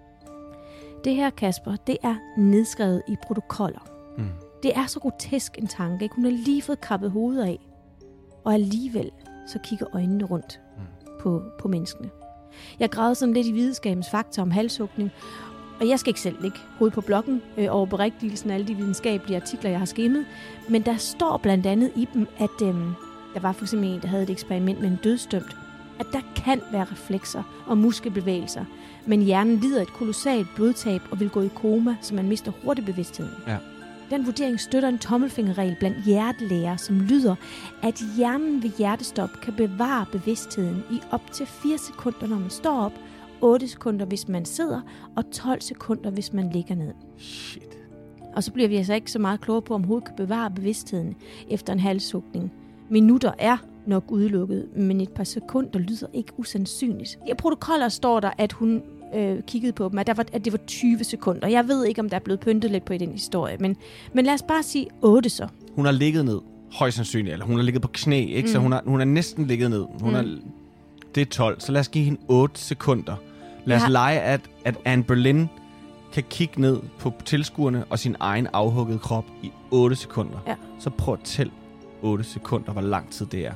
Det her, Kasper, det er nedskrevet i protokoller. Mm. Det er så grotesk en tanke, ikke? Hun har lige fået kappet hovedet af, og alligevel så kigger øjnene rundt mm. på, på menneskene. Jeg gravede sådan lidt i videnskabens fakta om halshugning, og jeg skal ikke selv lægge hovedet på blokken øh, over berigtigelsen af alle de videnskabelige artikler, jeg har skimmet, men der står blandt andet i dem, at øh, der var for eksempel en, der havde et eksperiment med en dødsdømt, at der kan være reflekser og muskelbevægelser, men hjernen lider et kolossalt blodtab og vil gå i koma, så man mister hurtigt bevidstheden. Ja. Den vurdering støtter en tommelfingerregel blandt hjertelæger, som lyder, at hjernen ved hjertestop kan bevare bevidstheden i op til fire sekunder, når man står op, otte sekunder, hvis man sidder, og tolv sekunder, hvis man ligger ned. Shit. Og så bliver vi altså ikke så meget klogere på, om hovedet kan bevare bevidstheden efter en halshugning. Minutter er nok udelukket, men et par sekunder lyder ikke usandsynligt. I protokoller står der, at hun øh, kiggede på dem, at, der var, at det var tyve sekunder. Jeg ved ikke, om der er blevet pyntet lidt på i den historie, men, men lad os bare sige otte så. Hun har ligget ned, højst sandsynligt, eller hun har ligget på knæ, ikke? Mm. Så hun har, hun har næsten ligget ned. Hun mm. har, det er tolv, så lad os give hende otte sekunder. Lad os ja. lege, at, at Anne Boleyn kan kigge ned på tilskuerne og sin egen afhuggede krop i otte sekunder. Ja. Så prøv at tælle otte sekunder, hvor lang tid det er.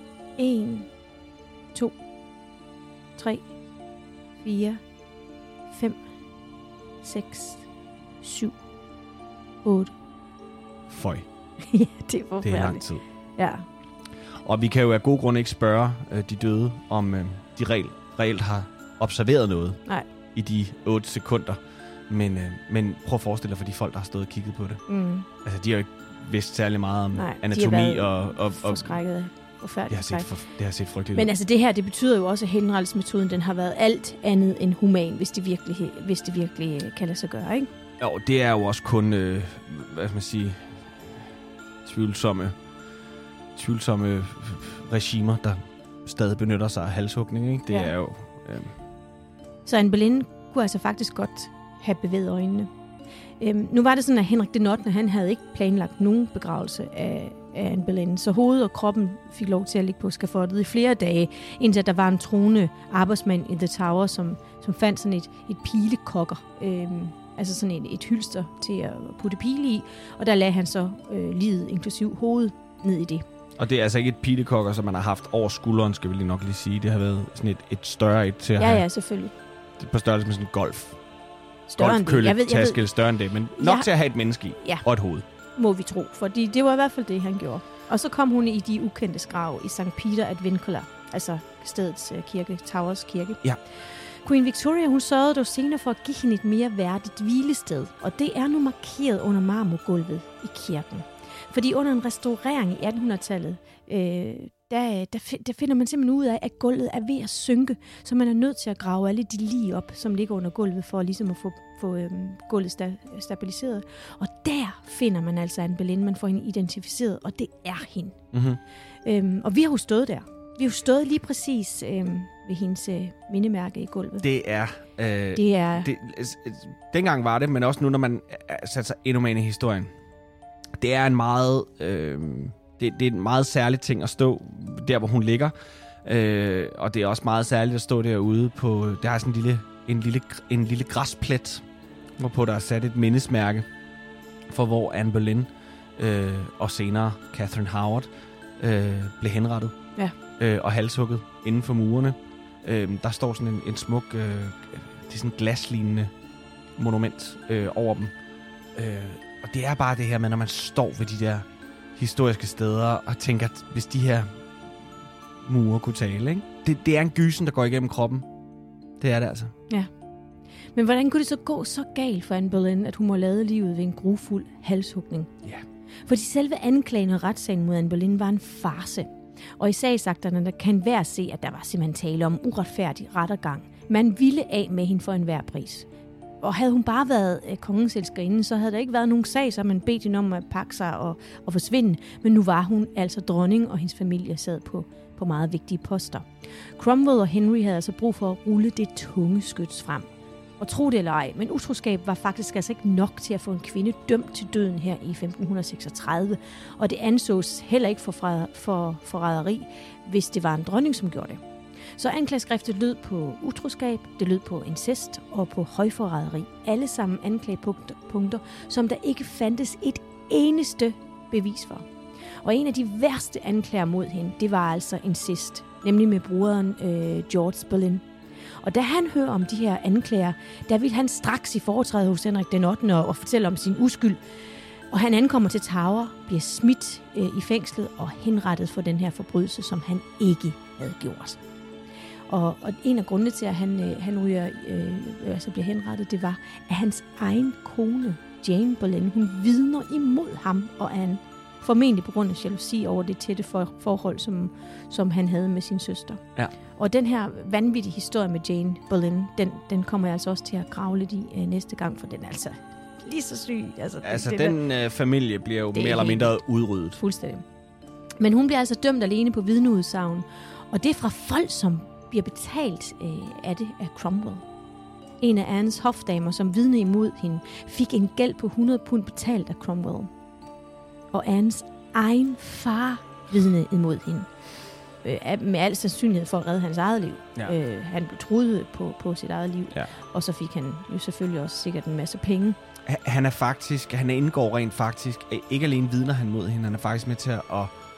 en, to, tre, fire, fem, seks, syv, otte. Føj. Ja, det er forfærdeligt. Det er lang tid. Ja. Og vi kan jo af gode grunde ikke spørge øh, de døde, om øh, de reelt, reelt har observeret noget. Nej. I de otte sekunder. Men, øh, men prøv at forestille dig for de folk, der har stået og kigget på det. Mm. Altså, de har jo ikke vidst særlig meget om Nej, anatomi og... og, og forskrækket. Forfærdeligt. Det har set, for, det har set frygteligt Men ud. Altså det her, det betyder jo også, at henrettelsesmetoden, den har været alt andet end human, hvis det virkelig, hvis det virkelig kan lade sig gøre, ikke? Jo, det er jo også kun, øh, hvad skal man sige, tvivlsomme, tvivlsomme regimer, der stadig benytter sig af halshugning, ikke? Det ja. er jo... Øh... Så Anne Boleyn kunne altså faktisk godt have bevæget øjnene. Øhm, nu var det sådan, at Henrik den ottende, han havde ikke planlagt nogen begravelse af, af Anne Boleyn, så hovedet og kroppen fik lov til at ligge på skafottet i flere dage, indtil der var en troende arbejdsmand i The Tower, som, som fandt sådan et, et pilekokker, øhm, altså sådan et, et hylster til at putte pile i, og der lagde han så øh, livet, inklusiv hovedet, ned i det. Og det er altså ikke et pilekokker, som man har haft over skulderen, skal vi lige nok lige sige. Det har været sådan et, et større et til at ja, have. Ja, selvfølgelig. Det er på størrelse med sådan en golf. Større end det. Jeg ved, jeg ved. Større end det, men nok ja. til at have et menneske i, ja. og et hoved. Må vi tro, fordi det var i hvert fald det, han gjorde. Og så kom hun i de ukendte grav i Sankt Peter ad Vincula, altså stedets kirke, Towers kirke. Ja. Queen Victoria, hun sørgede dog senere for at give hende et mere værdigt hvilested, og det er nu markeret under marmorgulvet i kirken. Fordi under en restaurering i attenhundredetallet, øh, der, der, der finder man simpelthen ud af, at gulvet er ved at synke, så man er nødt til at grave alle de lig op, som ligger under gulvet, for ligesom at få, få øhm, gulvet sta- stabiliseret. Og der finder man altså Anne Boleyn, man får hende identificeret, og det er hende. Mm-hmm. Øhm, og vi har jo stået der. Vi har jo stået lige præcis øhm, ved hendes øh, mindemærke i gulvet. Det er... Øh, det er... Det, dengang var det, men også nu, når man sætter sig endnu mere ind i historien. Det er en meget... Øh, Det, det er en meget særlig ting at stå der, hvor hun ligger. Øh, og det er også meget særligt at stå derude på... Der er sådan en lille, en lille, en lille græsplet, hvorpå der er sat et mindesmærke for, hvor Anne Boleyn øh, og senere Catherine Howard øh, blev henrettet ja. øh, og halshugget inden for murene. Øh, der står sådan en, en smuk... Øh, det er sådan en glaslignende monument øh, over dem. Øh, og det er bare det her med, når man står ved de der... historiske steder, og tænker, at hvis de her mure kunne tale, ikke? Det, det er en gysen, der går igennem kroppen. Det er det altså. Ja. Men hvordan kunne det så gå så galt for Anne Boleyn, at hun må lade livet ved en grufuld halshugning? Ja. Fordi selve anklagen og retssagen mod Anne Boleyn var en farce. Og i sagsakterne der kan hver se, at der var simpelthen tale om uretfærdig rettergang. Man ville af med hende for enhver pris. Og havde hun bare været øh, kongens elskerinde, så havde der ikke været nogen sag, så man bedt hende om at pakke sig og, og forsvinde. Men nu var hun altså dronning, og hendes familie sad på, på meget vigtige poster. Cromwell og Henry havde altså brug for at rulle det tunge skyts frem. Og tro det eller ej, men utroskab var faktisk altså ikke nok til at få en kvinde dømt til døden her i femten seksogtredive. Og det ansås heller ikke for, for forræderi, hvis det var en dronning, som gjorde det. Så anklageskriftet lød på utroskab, det lød på incest og på højforræderi. Alle sammen anklagepunkter, som der ikke fandtes et eneste bevis for. Og en af de værste anklager mod hende, det var altså incest, nemlig med broderen øh, George Boleyn. Og da han hører om de her anklager, der vil han straks i foretræde hos Henrik den ottende og fortælle om sin uskyld. Og han ankommer til Tower, bliver smidt øh, i fængslet og henrettet for den her forbrydelse, som han ikke havde gjort. Og, og en af grundene til, at han, øh, han ryger, øh, altså bliver henrettet, det var, at hans egen kone, Jane Boleyn, hun vidner imod ham og Anne. Formentlig på grund af jalousi over det tætte for, forhold, som, som han havde med sin søster. Ja. Og den her vanvittige historie med Jane Boleyn, den, den kommer jeg altså også til at grave lidt i øh, næste gang, for den er altså lige så syg. Altså, altså det, det den der, øh, familie bliver jo mere eller mindre udryddet. Fuldstændig. Men hun bliver altså dømt alene på vidneudsagn, og det er fra folk, som bliver betalt øh, af det af Cromwell. En af Annes hofdamer, som vidne imod hende, fik en gæld på hundrede pund betalt af Cromwell. Og Annes egen far vidnede imod hende. Øh, med al sandsynlighed for at redde hans eget liv. Ja. Øh, han blev truet på, på sit eget liv. Ja. Og så fik han jo selvfølgelig også sikkert en masse penge. Han er faktisk, han indgår rent faktisk, ikke alene vidner han mod hende, han er faktisk med til at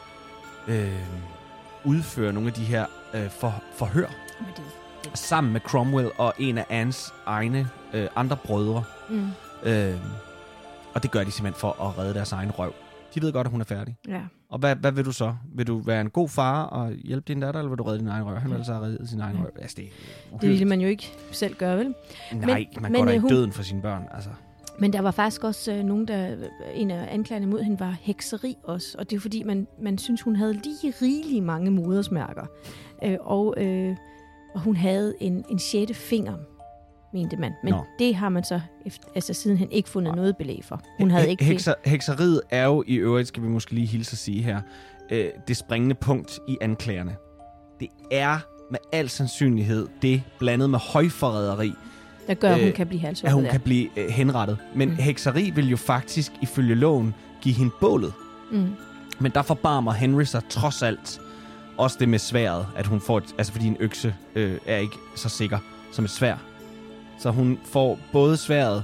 øh, udføre nogle af de her øh, for, forhør. Men det, det. Sammen med Cromwell og en af Annes egne øh, andre brødre. Mm. Øh, og det gør de simpelthen for at redde deres egen røv. De ved godt, at hun er færdig. Ja. Og hvad, hvad vil du så? Vil du være en god far og hjælpe din datter, eller vil du redde din egen røv? Han vil altså have reddet sin egen ja. røv. Altså, det, det ville man jo ikke selv gøre, vel? Nej, men, man går da ikke hun... døden for sine børn. Altså. Men der var faktisk også øh, nogen, der... En af anklagerne mod hende var hekseri også. Og det er fordi, man, man synes, hun havde lige rigelige mange modersmærker. Øh, og, øh, og hun havde en, en sjette finger, mente man. Men Nå. det har man så efter, altså sidenhen ikke fundet Nå. noget belæg for. Hun havde ikke Hekser, hekseriet er jo i øvrigt, skal vi måske lige hilse at sige her, øh, det springende punkt i anklagerne. Det er med al sandsynlighed det blandet med højforræderi, der gør, at hun øh, kan blive halshugget. At hun kan blive øh, henrettet. Men mm. hekseri vil jo faktisk ifølge loven give hende bålet. Mm. Men der forbarmer Henry sig trods alt også det med sværet, at hun får et, altså fordi en økse øh, er ikke så sikker som et sværd. Så hun får både sværet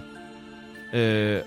øh,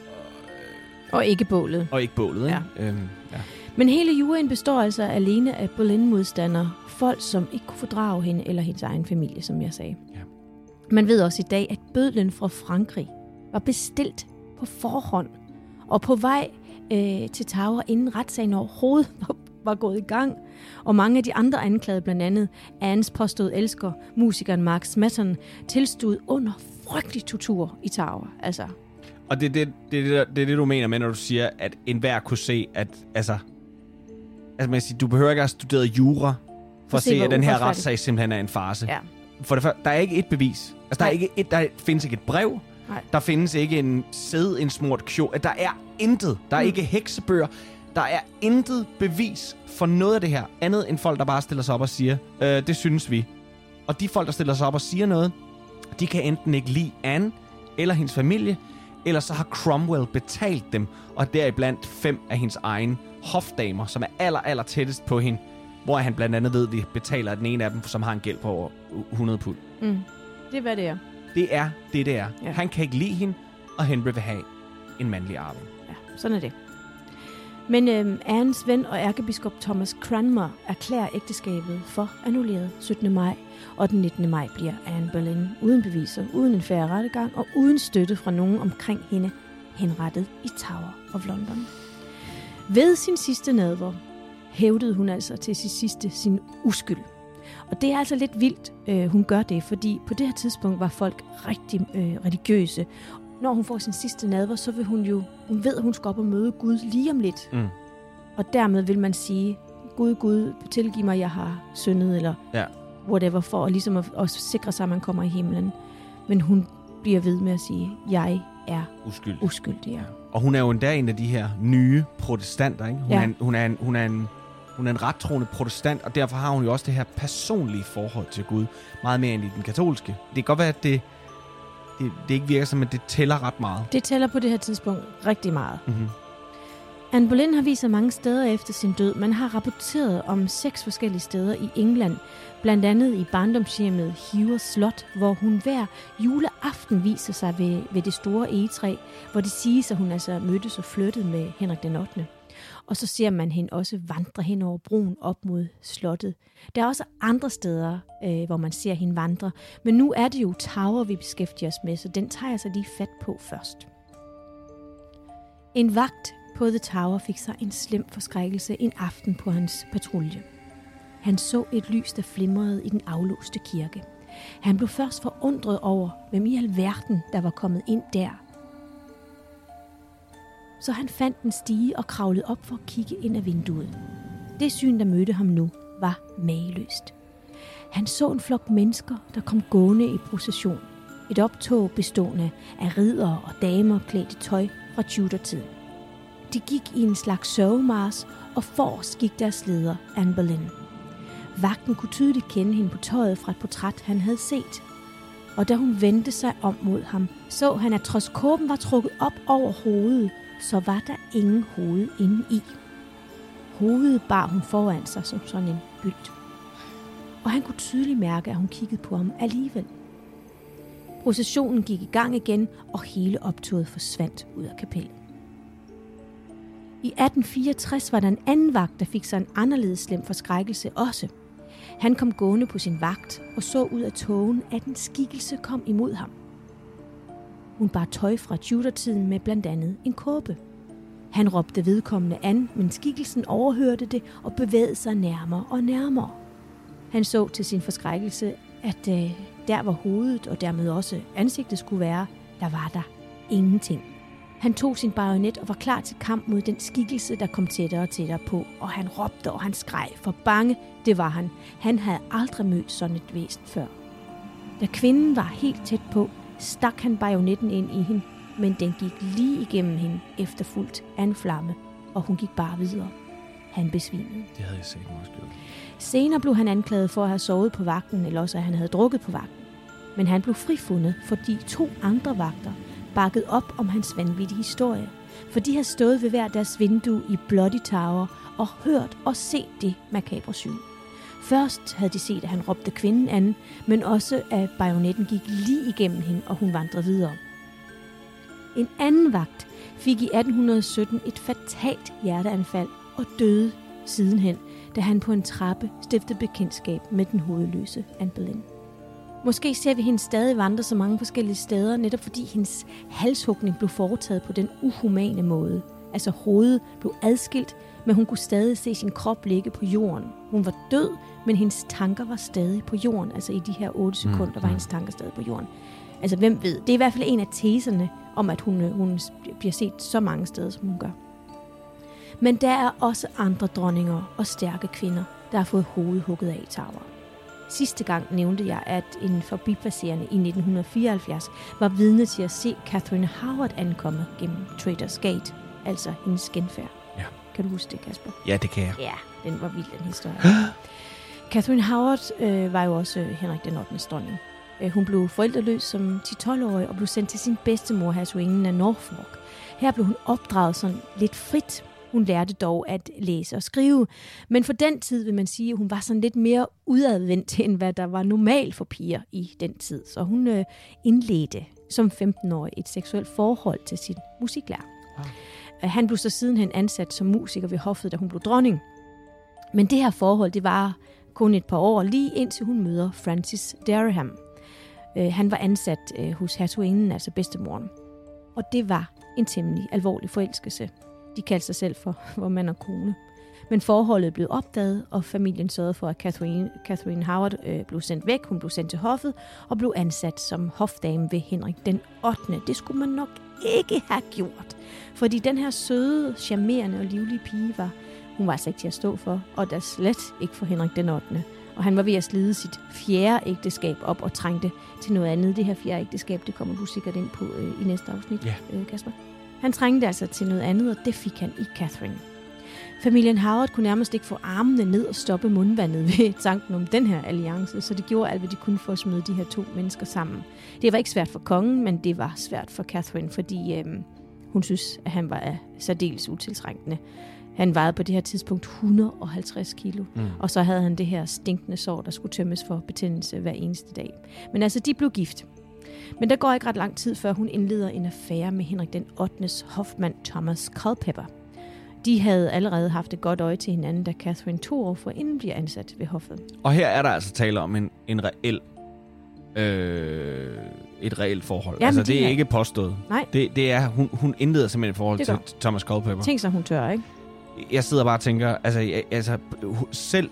og ikke bålet. Og ikke bålet, ikke? Ja. Øhm, ja. Men hele juryen består altså alene af Boleyn-modstandere. Folk, som ikke kunne fordrage hende eller hendes egen familie, som jeg sagde. Ja. Man ved også i dag, at bødlen fra Frankrig var bestilt på forhånd og på vej øh, til Tower, inden retssagen overhovedet var, var gået i gang. Og mange af de andre anklagede, blandt andet Annes påståede elsker, musikeren Mark Smeaton, tilstod under frygtelig tortur i Tower. Altså. Og det er det, det, det, det, det, du mener med, når du siger, at enhver kunne se, at altså, altså man siger, du behøver ikke at have studeret jura for, for at se, at den her retssag simpelthen er en farce. Ja. For det første, der er ikke et bevis. Altså, der, er ikke et, der findes ikke et brev. Nej. Der findes ikke en sædindsmurt kjole. Der er intet. Der er mm. ikke heksebøger. Der er intet bevis for noget af det her, andet end folk, der bare stiller sig op og siger, øh, det synes vi. Og de folk, der stiller sig op og siger noget, de kan enten ikke lide Anne eller hendes familie, eller så har Cromwell betalt dem, og deriblandt fem af hendes egne hofdamer, som er aller, aller tættest på hende, hvor han blandt andet ved, at vi betaler den ene af dem, som har en gæld på over hundrede pund. Mm. Det er, hvad det er. Det er det, det er. Ja. Han kan ikke lide hende, og Henry vil have en mandlig arving. Ja, sådan er det. Men øhm, Annes ven og ærkebiskop Thomas Cranmer erklærer ægteskabet for annulleret syttende maj, og den nittende maj bliver Anne Boleyn uden beviser, uden en fair rettergang og uden støtte fra nogen omkring hende henrettet i Tower of London. Ved sin sidste nadver hævdede hun altså til sit sidste sin uskyld. Og det er altså lidt vildt, øh, hun gør det, fordi på det her tidspunkt var folk rigtig øh, religiøse. Når hun får sin sidste nadver, så vil hun jo, hun ved, at hun skal op og møde Gud lige om lidt. Mm. Og dermed vil man sige, Gud, Gud, tilgiv mig, jeg har syndet, eller ja. whatever, for at, ligesom at, at sikre sig, at man kommer i himlen. Men hun bliver ved med at sige, jeg er uskyldig. uskyldig ja. Og hun er jo endda en af de her nye protestanter, ikke? Hun, ja. er en, hun, er en, hun, er en, hun er en rettroende protestant, og derfor har hun jo også det her personlige forhold til Gud, meget mere end i den katolske. Det kan godt være, at det, det, det ikke virker som, at det tæller ret meget. Det tæller på det her tidspunkt rigtig meget. Mm-hmm. Anne Boleyn har vist sig mange steder efter sin død. Man har rapporteret om seks forskellige steder i England, blandt andet i barndomshjemmet Hewer Slot, hvor hun hver juleaften viser sig ved, ved det store egetræ, hvor det siges, at hun altså mødtes og flyttede med Henrik den ottende. Og så ser man hende også vandre hen over broen op mod slottet. Der er også andre steder, øh, hvor man ser hende vandre, men nu er det jo Tower, vi beskæftiger os med, så den tager jeg så lige fat på først. En vagt på The Tower fik sig en slem forskrækkelse en aften på hans patrulje. Han så et lys, der flimrede i den aflåste kirke. Han blev først forundret over, hvem i alverden, der var kommet ind der. Så han fandt en stige og kravlede op for at kigge ind ad vinduet. Det syn, der mødte ham nu, var mageløst. Han så en flok mennesker, der kom gående i procession. Et optog bestående af riddere og damer klædt i tøj fra Tudor-tiden. De gik i en slags sørgemars, og forrest gik deres leder, Anne Boleyn. Vagten kunne tydeligt kende hende på tøjet fra et portræt, han havde set. Og da hun vendte sig om mod ham, så han, at trods kåben var trukket op over hovedet, så var der ingen hoved inde i. Hovedet bar hun foran sig som sådan en bylt. Og han kunne tydeligt mærke, at hun kiggede på ham alligevel. Processionen gik i gang igen, og hele optoget forsvandt ud af kapellet. I atten fireogtres var der en anden vagt, der fik sig en anderledes slem forskrækkelse også. Han kom gående på sin vagt og så ud af tågen, at en skikkelse kom imod ham. Hun bar tøj fra Tudor-tiden med blandt andet en kåbe. Han råbte vedkommende an, men skikkelsen overhørte det og bevægede sig nærmere og nærmere. Han så til sin forskrækkelse, at øh, der hvor hovedet og dermed også ansigtet skulle være, der var der ingenting. Han tog sin bajonet og var klar til kamp mod den skikkelse, der kom tættere og tættere på, og han råbte og han skreg, for bange, det var han. Han havde aldrig mødt sådan et væsen før. Da kvinden var helt tæt på, stak han bajonetten ind i hende, men den gik lige igennem hende, efterfulgt af en flamme, og hun gik bare videre. Han besvimede. Det havde jeg set måske. Senere blev han anklaget for at have sovet på vagten, eller også at han havde drukket på vagten. Men han blev frifundet, fordi to andre vagter bakket op om hans vanvittige historie. For de havde stået ved hver deres vindue i Bloody Tower og hørt og set det makabre syn. Først havde de set, at han råbte kvinden an, men også at bajonetten gik lige igennem hende, og hun vandrede videre. En anden vagt fik i atten sytten et fatalt hjerteanfald og døde sidenhen, da han på en trappe stiftede bekendtskab med den hovedløse Anne Boleyn. Måske ser vi hende stadig vandre så mange forskellige steder, netop fordi hendes halshugning blev foretaget på den uhumane måde. Altså hovedet blev adskilt, men hun kunne stadig se sin krop ligge på jorden. Hun var død, men hendes tanker var stadig på jorden. Altså i de her otte sekunder mm. var hendes tanker stadig på jorden. Altså hvem ved? Det er i hvert fald en af teserne om, at hun, hun bliver set så mange steder, som hun gør. Men der er også andre dronninger og stærke kvinder, der har fået hovedet hugget af i Tower. Sidste gang nævnte jeg, at en forbipasserende i nitten fireoghalvfjerds var vidne til at se Catherine Howard ankomme gennem Traitors Gate, altså hendes genfærd. Ja. Kan du huske det, Kasper? Ja, det kan jeg. Ja, den var vild, den historie. Catherine Howard øh, var jo også Henrik den ottendes dronning. Øh, hun blev forældreløs som ti-tolv-årig og blev sendt til sin bedstemor, hertuginden af Norfolk. Her blev hun opdraget sådan lidt frit. Hun lærte dog at læse og skrive, men for den tid vil man sige, at hun var sådan lidt mere udadvendt, end hvad der var normalt for piger i den tid. Så hun øh, indledte som femten-årig et seksuelt forhold til sin musiklærer. Ja. Han blev så sidenhen ansat som musiker ved hoffet, da hun blev dronning. Men det her forhold, det var kun et par år, lige indtil hun møder Francis Dereham. Øh, han var ansat øh, hos hertuginden, altså bedstemoren. Og det var en temmelig alvorlig forelskelse. De kaldte sig selv for, for mand og kone. Men forholdet blev opdaget, og familien sørgede for, at Catherine, Catherine Howard øh, blev sendt væk. Hun blev sendt til hoffet og blev ansat som hofdame ved Henrik den ottende. Det skulle man nok ikke have gjort. Fordi den her søde, charmerende og livlige pige var, hun var altså ikke til at stå for, og der slet ikke for Henrik den ottende. Og han var ved at slide sit fjerde ægteskab op og trængte til noget andet. Det her fjerde ægteskab, det kommer du sikkert ind på øh, i næste afsnit, ja. øh, Kasper. Han trængte altså til noget andet, og det fik han i Catherine. Familien Howard kunne nærmest ikke få armene ned og stoppe mundvandet ved tanken om den her alliance, så det gjorde alt, hvad de kunne for at smide de her to mennesker sammen. Det var ikke svært for kongen, men det var svært for Catherine, fordi øh, hun synes, at han var øh, særdeles utiltrængende. Han vejede på det her tidspunkt et hundrede og halvtreds kilo, mm. og så havde han det her stinkende sår, der skulle tømmes for betændelse hver eneste dag. Men altså, de blev gift. Men der går ikke ret lang tid, før hun indleder en affære med Henrik den ottendes hofmand Thomas Culpeper. De havde allerede haft et godt øje til hinanden, da Catherine to år forinden bliver ansat ved hoffet. Og her er der altså tale om en, en reel, øh, et reelt forhold. Jamen, altså, de det er her... ikke påstået. Nej. Det, det er, hun, hun indleder simpelthen et forhold til Thomas Culpeper. Tænk sig, hun tør, ikke? Jeg sidder bare og tænker, altså, jeg, altså selv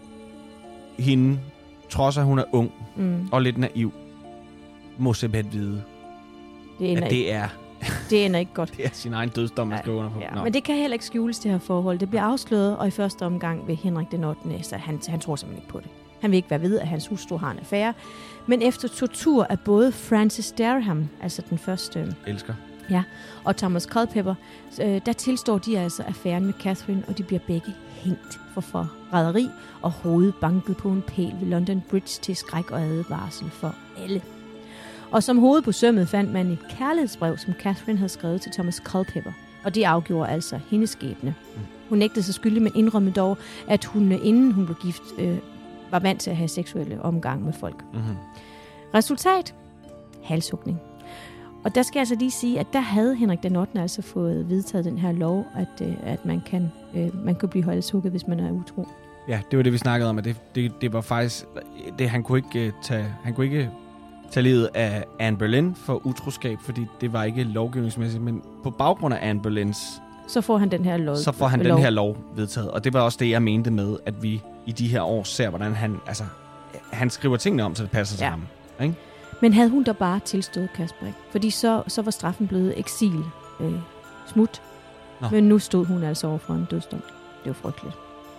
hende, trods at hun er ung mm. og lidt naiv, må simpelthen vide, det ender at det er... Det ender ikke godt. Det er sin egen dødsdom, man skal under på. Ja, men det kan heller ikke skjules, det her forhold. Det bliver afsløret, og i første omgang ved Henrik den ottende, så han, han tror simpelthen ikke på det. Han vil ikke være ved, at hans hustru har en affære. Men efter tortur af både Francis Dereham, altså den første... Elsker. Ja, og Thomas Culpeper, øh, der tilstår de altså affæren med Catherine, og de bliver begge hængt for forræderi og hovedet banket på en pæl ved London Bridge til skræk og advarsel for alle. Og som hoved på sømmet fandt man et kærlighedsbrev, som Catherine havde skrevet til Thomas Culpeper, og det afgjorde altså hendes skæbne. Mm. Hun nægtede sig skyldig, men indrømmede dog, at hun, inden hun blev gift, øh, var vant til at have seksuelle omgang med folk. Mm-hmm. Resultat? Halshugning. Og der skal jeg altså lige sige, at der havde Henrik den ottende altså fået vedtaget den her lov, at, øh, at man, kan, øh, man kan blive halshugget, hvis man er utro. Ja, det var det, vi snakkede om, at det, det, det var faktisk... Det, han kunne ikke tage... Han kunne ikke tage livet af Anne Boleyn for utroskab, fordi det var ikke lovgivningsmæssigt, men på baggrund af Anne Boleyns... Så får han den her lov. Så får han lov. den her lov vedtaget, og det var også det, jeg mente med, at vi i de her år ser, hvordan han... Altså, han skriver tingene om, så det passer til ja. ham. Ikke? Men havde hun da bare tilstået, Kasper, ikke? Fordi så, så var straffen blevet eksil, øh, smut. Nå. Men nu stod hun altså over for en dødsdom. Det var frygteligt.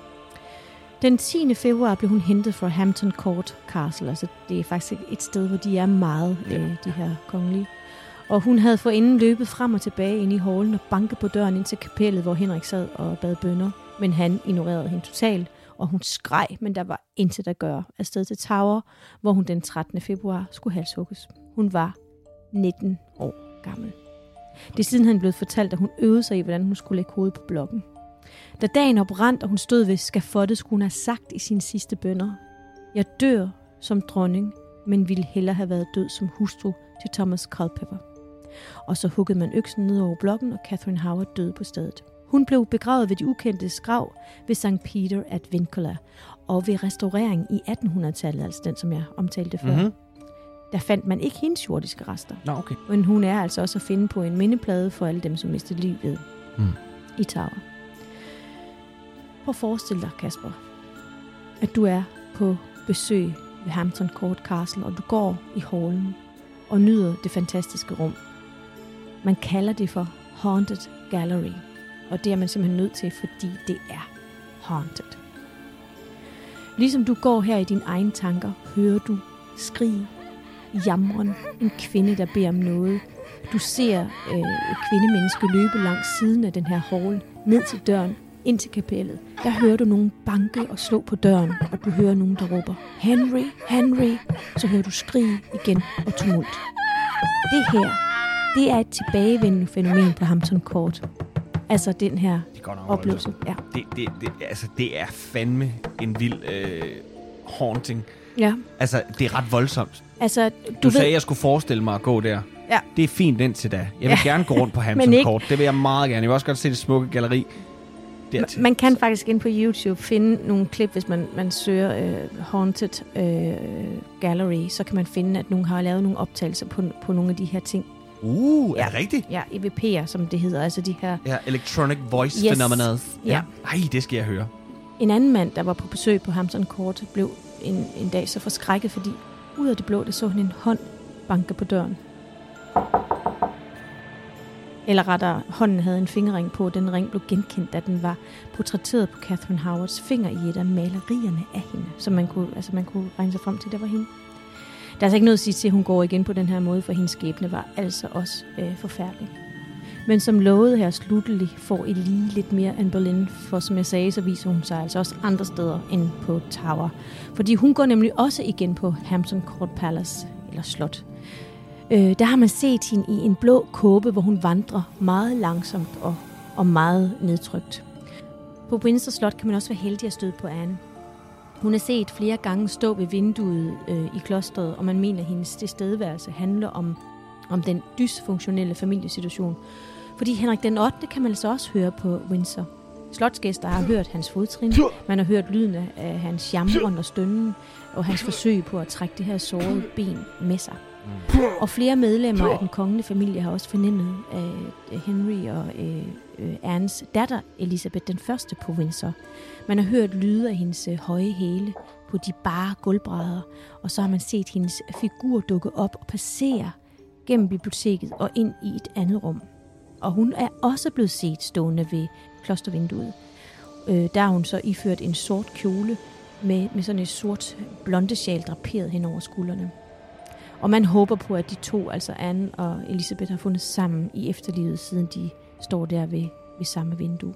Den tiende februar blev hun hentet fra Hampton Court Castle. Altså, det er faktisk et sted, hvor de er meget, ja. øh, de her kongelige. Og hun havde forinden løbet frem og tilbage ind i hallen og banket på døren ind til kapellet, hvor Henrik sad og bad bønner. Men han ignorerede hende totalt, og hun skreg, men der var intet at gøre. Afsted til Tower, hvor hun den trettende februar skulle halshugges. Hun var nitten år gammel. Det er siden han blev fortalt, at hun øvede sig i, hvordan hun skulle lægge hovedet på blokken. Da dagen oprandt, og hun stod ved skafottet, skulle hun have sagt i sine sidste bønner: Jeg dør som dronning, men ville hellere have været død som hustru til Thomas Culpeper. Og så huggede man øksen ned over blokken, og Catherine Howard døde på stedet. Hun blev begravet ved de ukendtes grav ved Sankt Peter at Vincula, og ved restaurering i attenhundredetallet, altså den, som jeg omtalte før. Mm-hmm. Der fandt man ikke hendes jordiske rester. Nå, okay. Men hun er altså også at finde på en mindeplade for alle dem, som mistede livet mm. i Tower. Prøv at forestille dig, Kasper, at du er på besøg ved Hampton Court Castle, og du går i hallen og nyder det fantastiske rum. Man kalder det for Haunted Gallery, og det er man simpelthen nødt til, fordi det er haunted. Ligesom du går her i dine egne tanker, hører du skrig, jamren, en kvinde, der beder om noget. Du ser øh, et kvindemenneske løbe langs siden af den her hall, ned til døren, ind til kapellet. Der hører du nogen banke og slå på døren, og du hører nogen, der råber, Henry, Henry. Så hører du skrig igen og tumult. Det her, det er et tilbagevendende fænomen på Hampton Court. Altså den her oplevelse. Ja. Det, det, det, altså, det er fandme en vild øh, haunting. Ja. Altså, det er ret voldsomt. Altså, du du sagde, ved... at jeg skulle forestille mig at gå der. Ja. Det er fint indtil da. Jeg vil ja. gerne gå rundt på Hampton ikke... Court. Det vil jeg meget gerne. Jeg vil også godt se det smukke galleri. Dertil. Man kan faktisk ind på YouTube finde nogle klip, hvis man, man søger uh, Haunted uh, Gallery, så kan man finde, at nogen har lavet nogle optagelser på, på nogle af de her ting. Uh, er Ja. det rigtigt? Ja, E V P'er, som det hedder. Altså de her... Ja, Electronic Voice Yes. Phenomenon. Ja. Ej, det skal jeg høre. En anden mand, der var på besøg på Hampton Court, blev en, en dag så forskrækket, fordi ud af det blå, der så han en hånd banke på døren. Eller rettere, hånden havde en fingerring på, og den ring blev genkendt, da den var portrætteret på Catherine Howards finger i et af malerierne af hende, som man kunne, altså man kunne regne sig frem til, det var hende. Der er altså ikke noget at sige til, at hun går igen på den her måde, for hendes skæbne var altså også øh, forfærdelig. Men som lovet her slutteligt får I lige lidt mere end Boleyn, for som jeg sagde, så viser hun sig altså også andre steder end på Tower. Fordi hun går nemlig også igen på Hampton Court Palace, eller slot. Øh, der har man set hende i en blå kåbe, hvor hun vandrer meget langsomt og, og meget nedtrykt. På Windsor Slot kan man også være heldig at støde på Anne. Hun er set flere gange stå ved vinduet øh, i klosteret, og man mener, at hendes tilstedeværelse handler om, om den dysfunktionelle familiesituation. Fordi Henrik den ottende kan man altså også høre på Windsor. Slotsgæster har hørt hans fodtrin, man har hørt lyden af hans jamren og stønnen, og hans forsøg på at trække det her sårede ben med sig. Og flere medlemmer af den kongelige familie har også fornemmet af Henry og øh, Annes datter Elisabeth den første på Windsor. Man har hørt lyde af hendes høje hæle på de bare gulvbrædder, og så har man set hendes figur dukke op og passere gennem biblioteket og ind i et andet rum. Og hun er også blevet set stående ved klostervinduet. Øh, der har hun så iført en sort kjole med, med sådan et sort blondesjal draperet hen over skuldrene. Og man håber på, at de to, altså Anne og Elisabeth, har fundet sammen i efterlivet, siden de står der ved, ved samme vindue.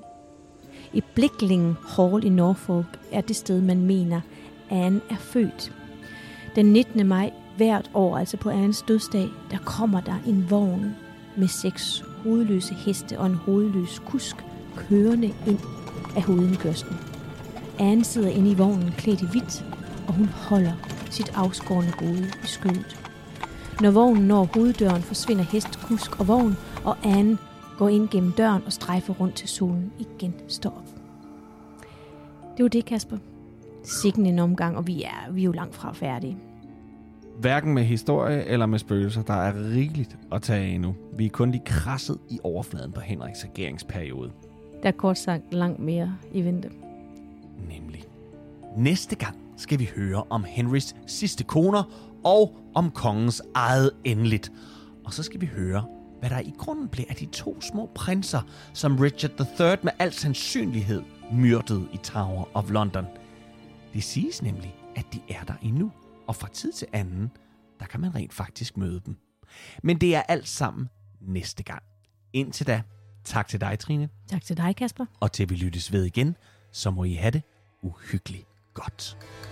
I Blickling Hall i Norfolk er det sted, man mener, Anne er født. Den nittende maj hvert år, altså på Annes dødsdag, der kommer der en vogn med seks hovedløse heste og en hovedløs kusk kørende ind af hovedindkørslen. Anne sidder inde i vognen klædt i hvidt, og hun holder sit afskårne gode i skødet. Når vognen når hoveddøren, forsvinder hest, kusk og vogn, og Anne går ind gennem døren og strejfer rundt til solen igen står op. Det var det, Kasper. Sikken en omgang, og vi er, vi er jo langt fra færdige. Hverken med historie eller med spøgelser, der er rigeligt at tage af endnu. Vi er kun lige krasset i overfladen på Henriks regeringsperiode. Der er kort sagt langt mere i vente. Nemlig. Næste gang skal vi høre om Henrys sidste koner og om kongens eget endeligt. Og så skal vi høre, hvad der i grunden blev af de to små prinser, som Richard den tredje med al sandsynlighed myrdede i Tower of London. Det siges nemlig, at de er der endnu, og fra tid til anden, der kan man rent faktisk møde dem. Men det er alt sammen næste gang. Indtil da, tak til dig, Trine. Tak til dig, Kasper. Og til vi lyttes ved igen, så må I have det uhyggeligt godt.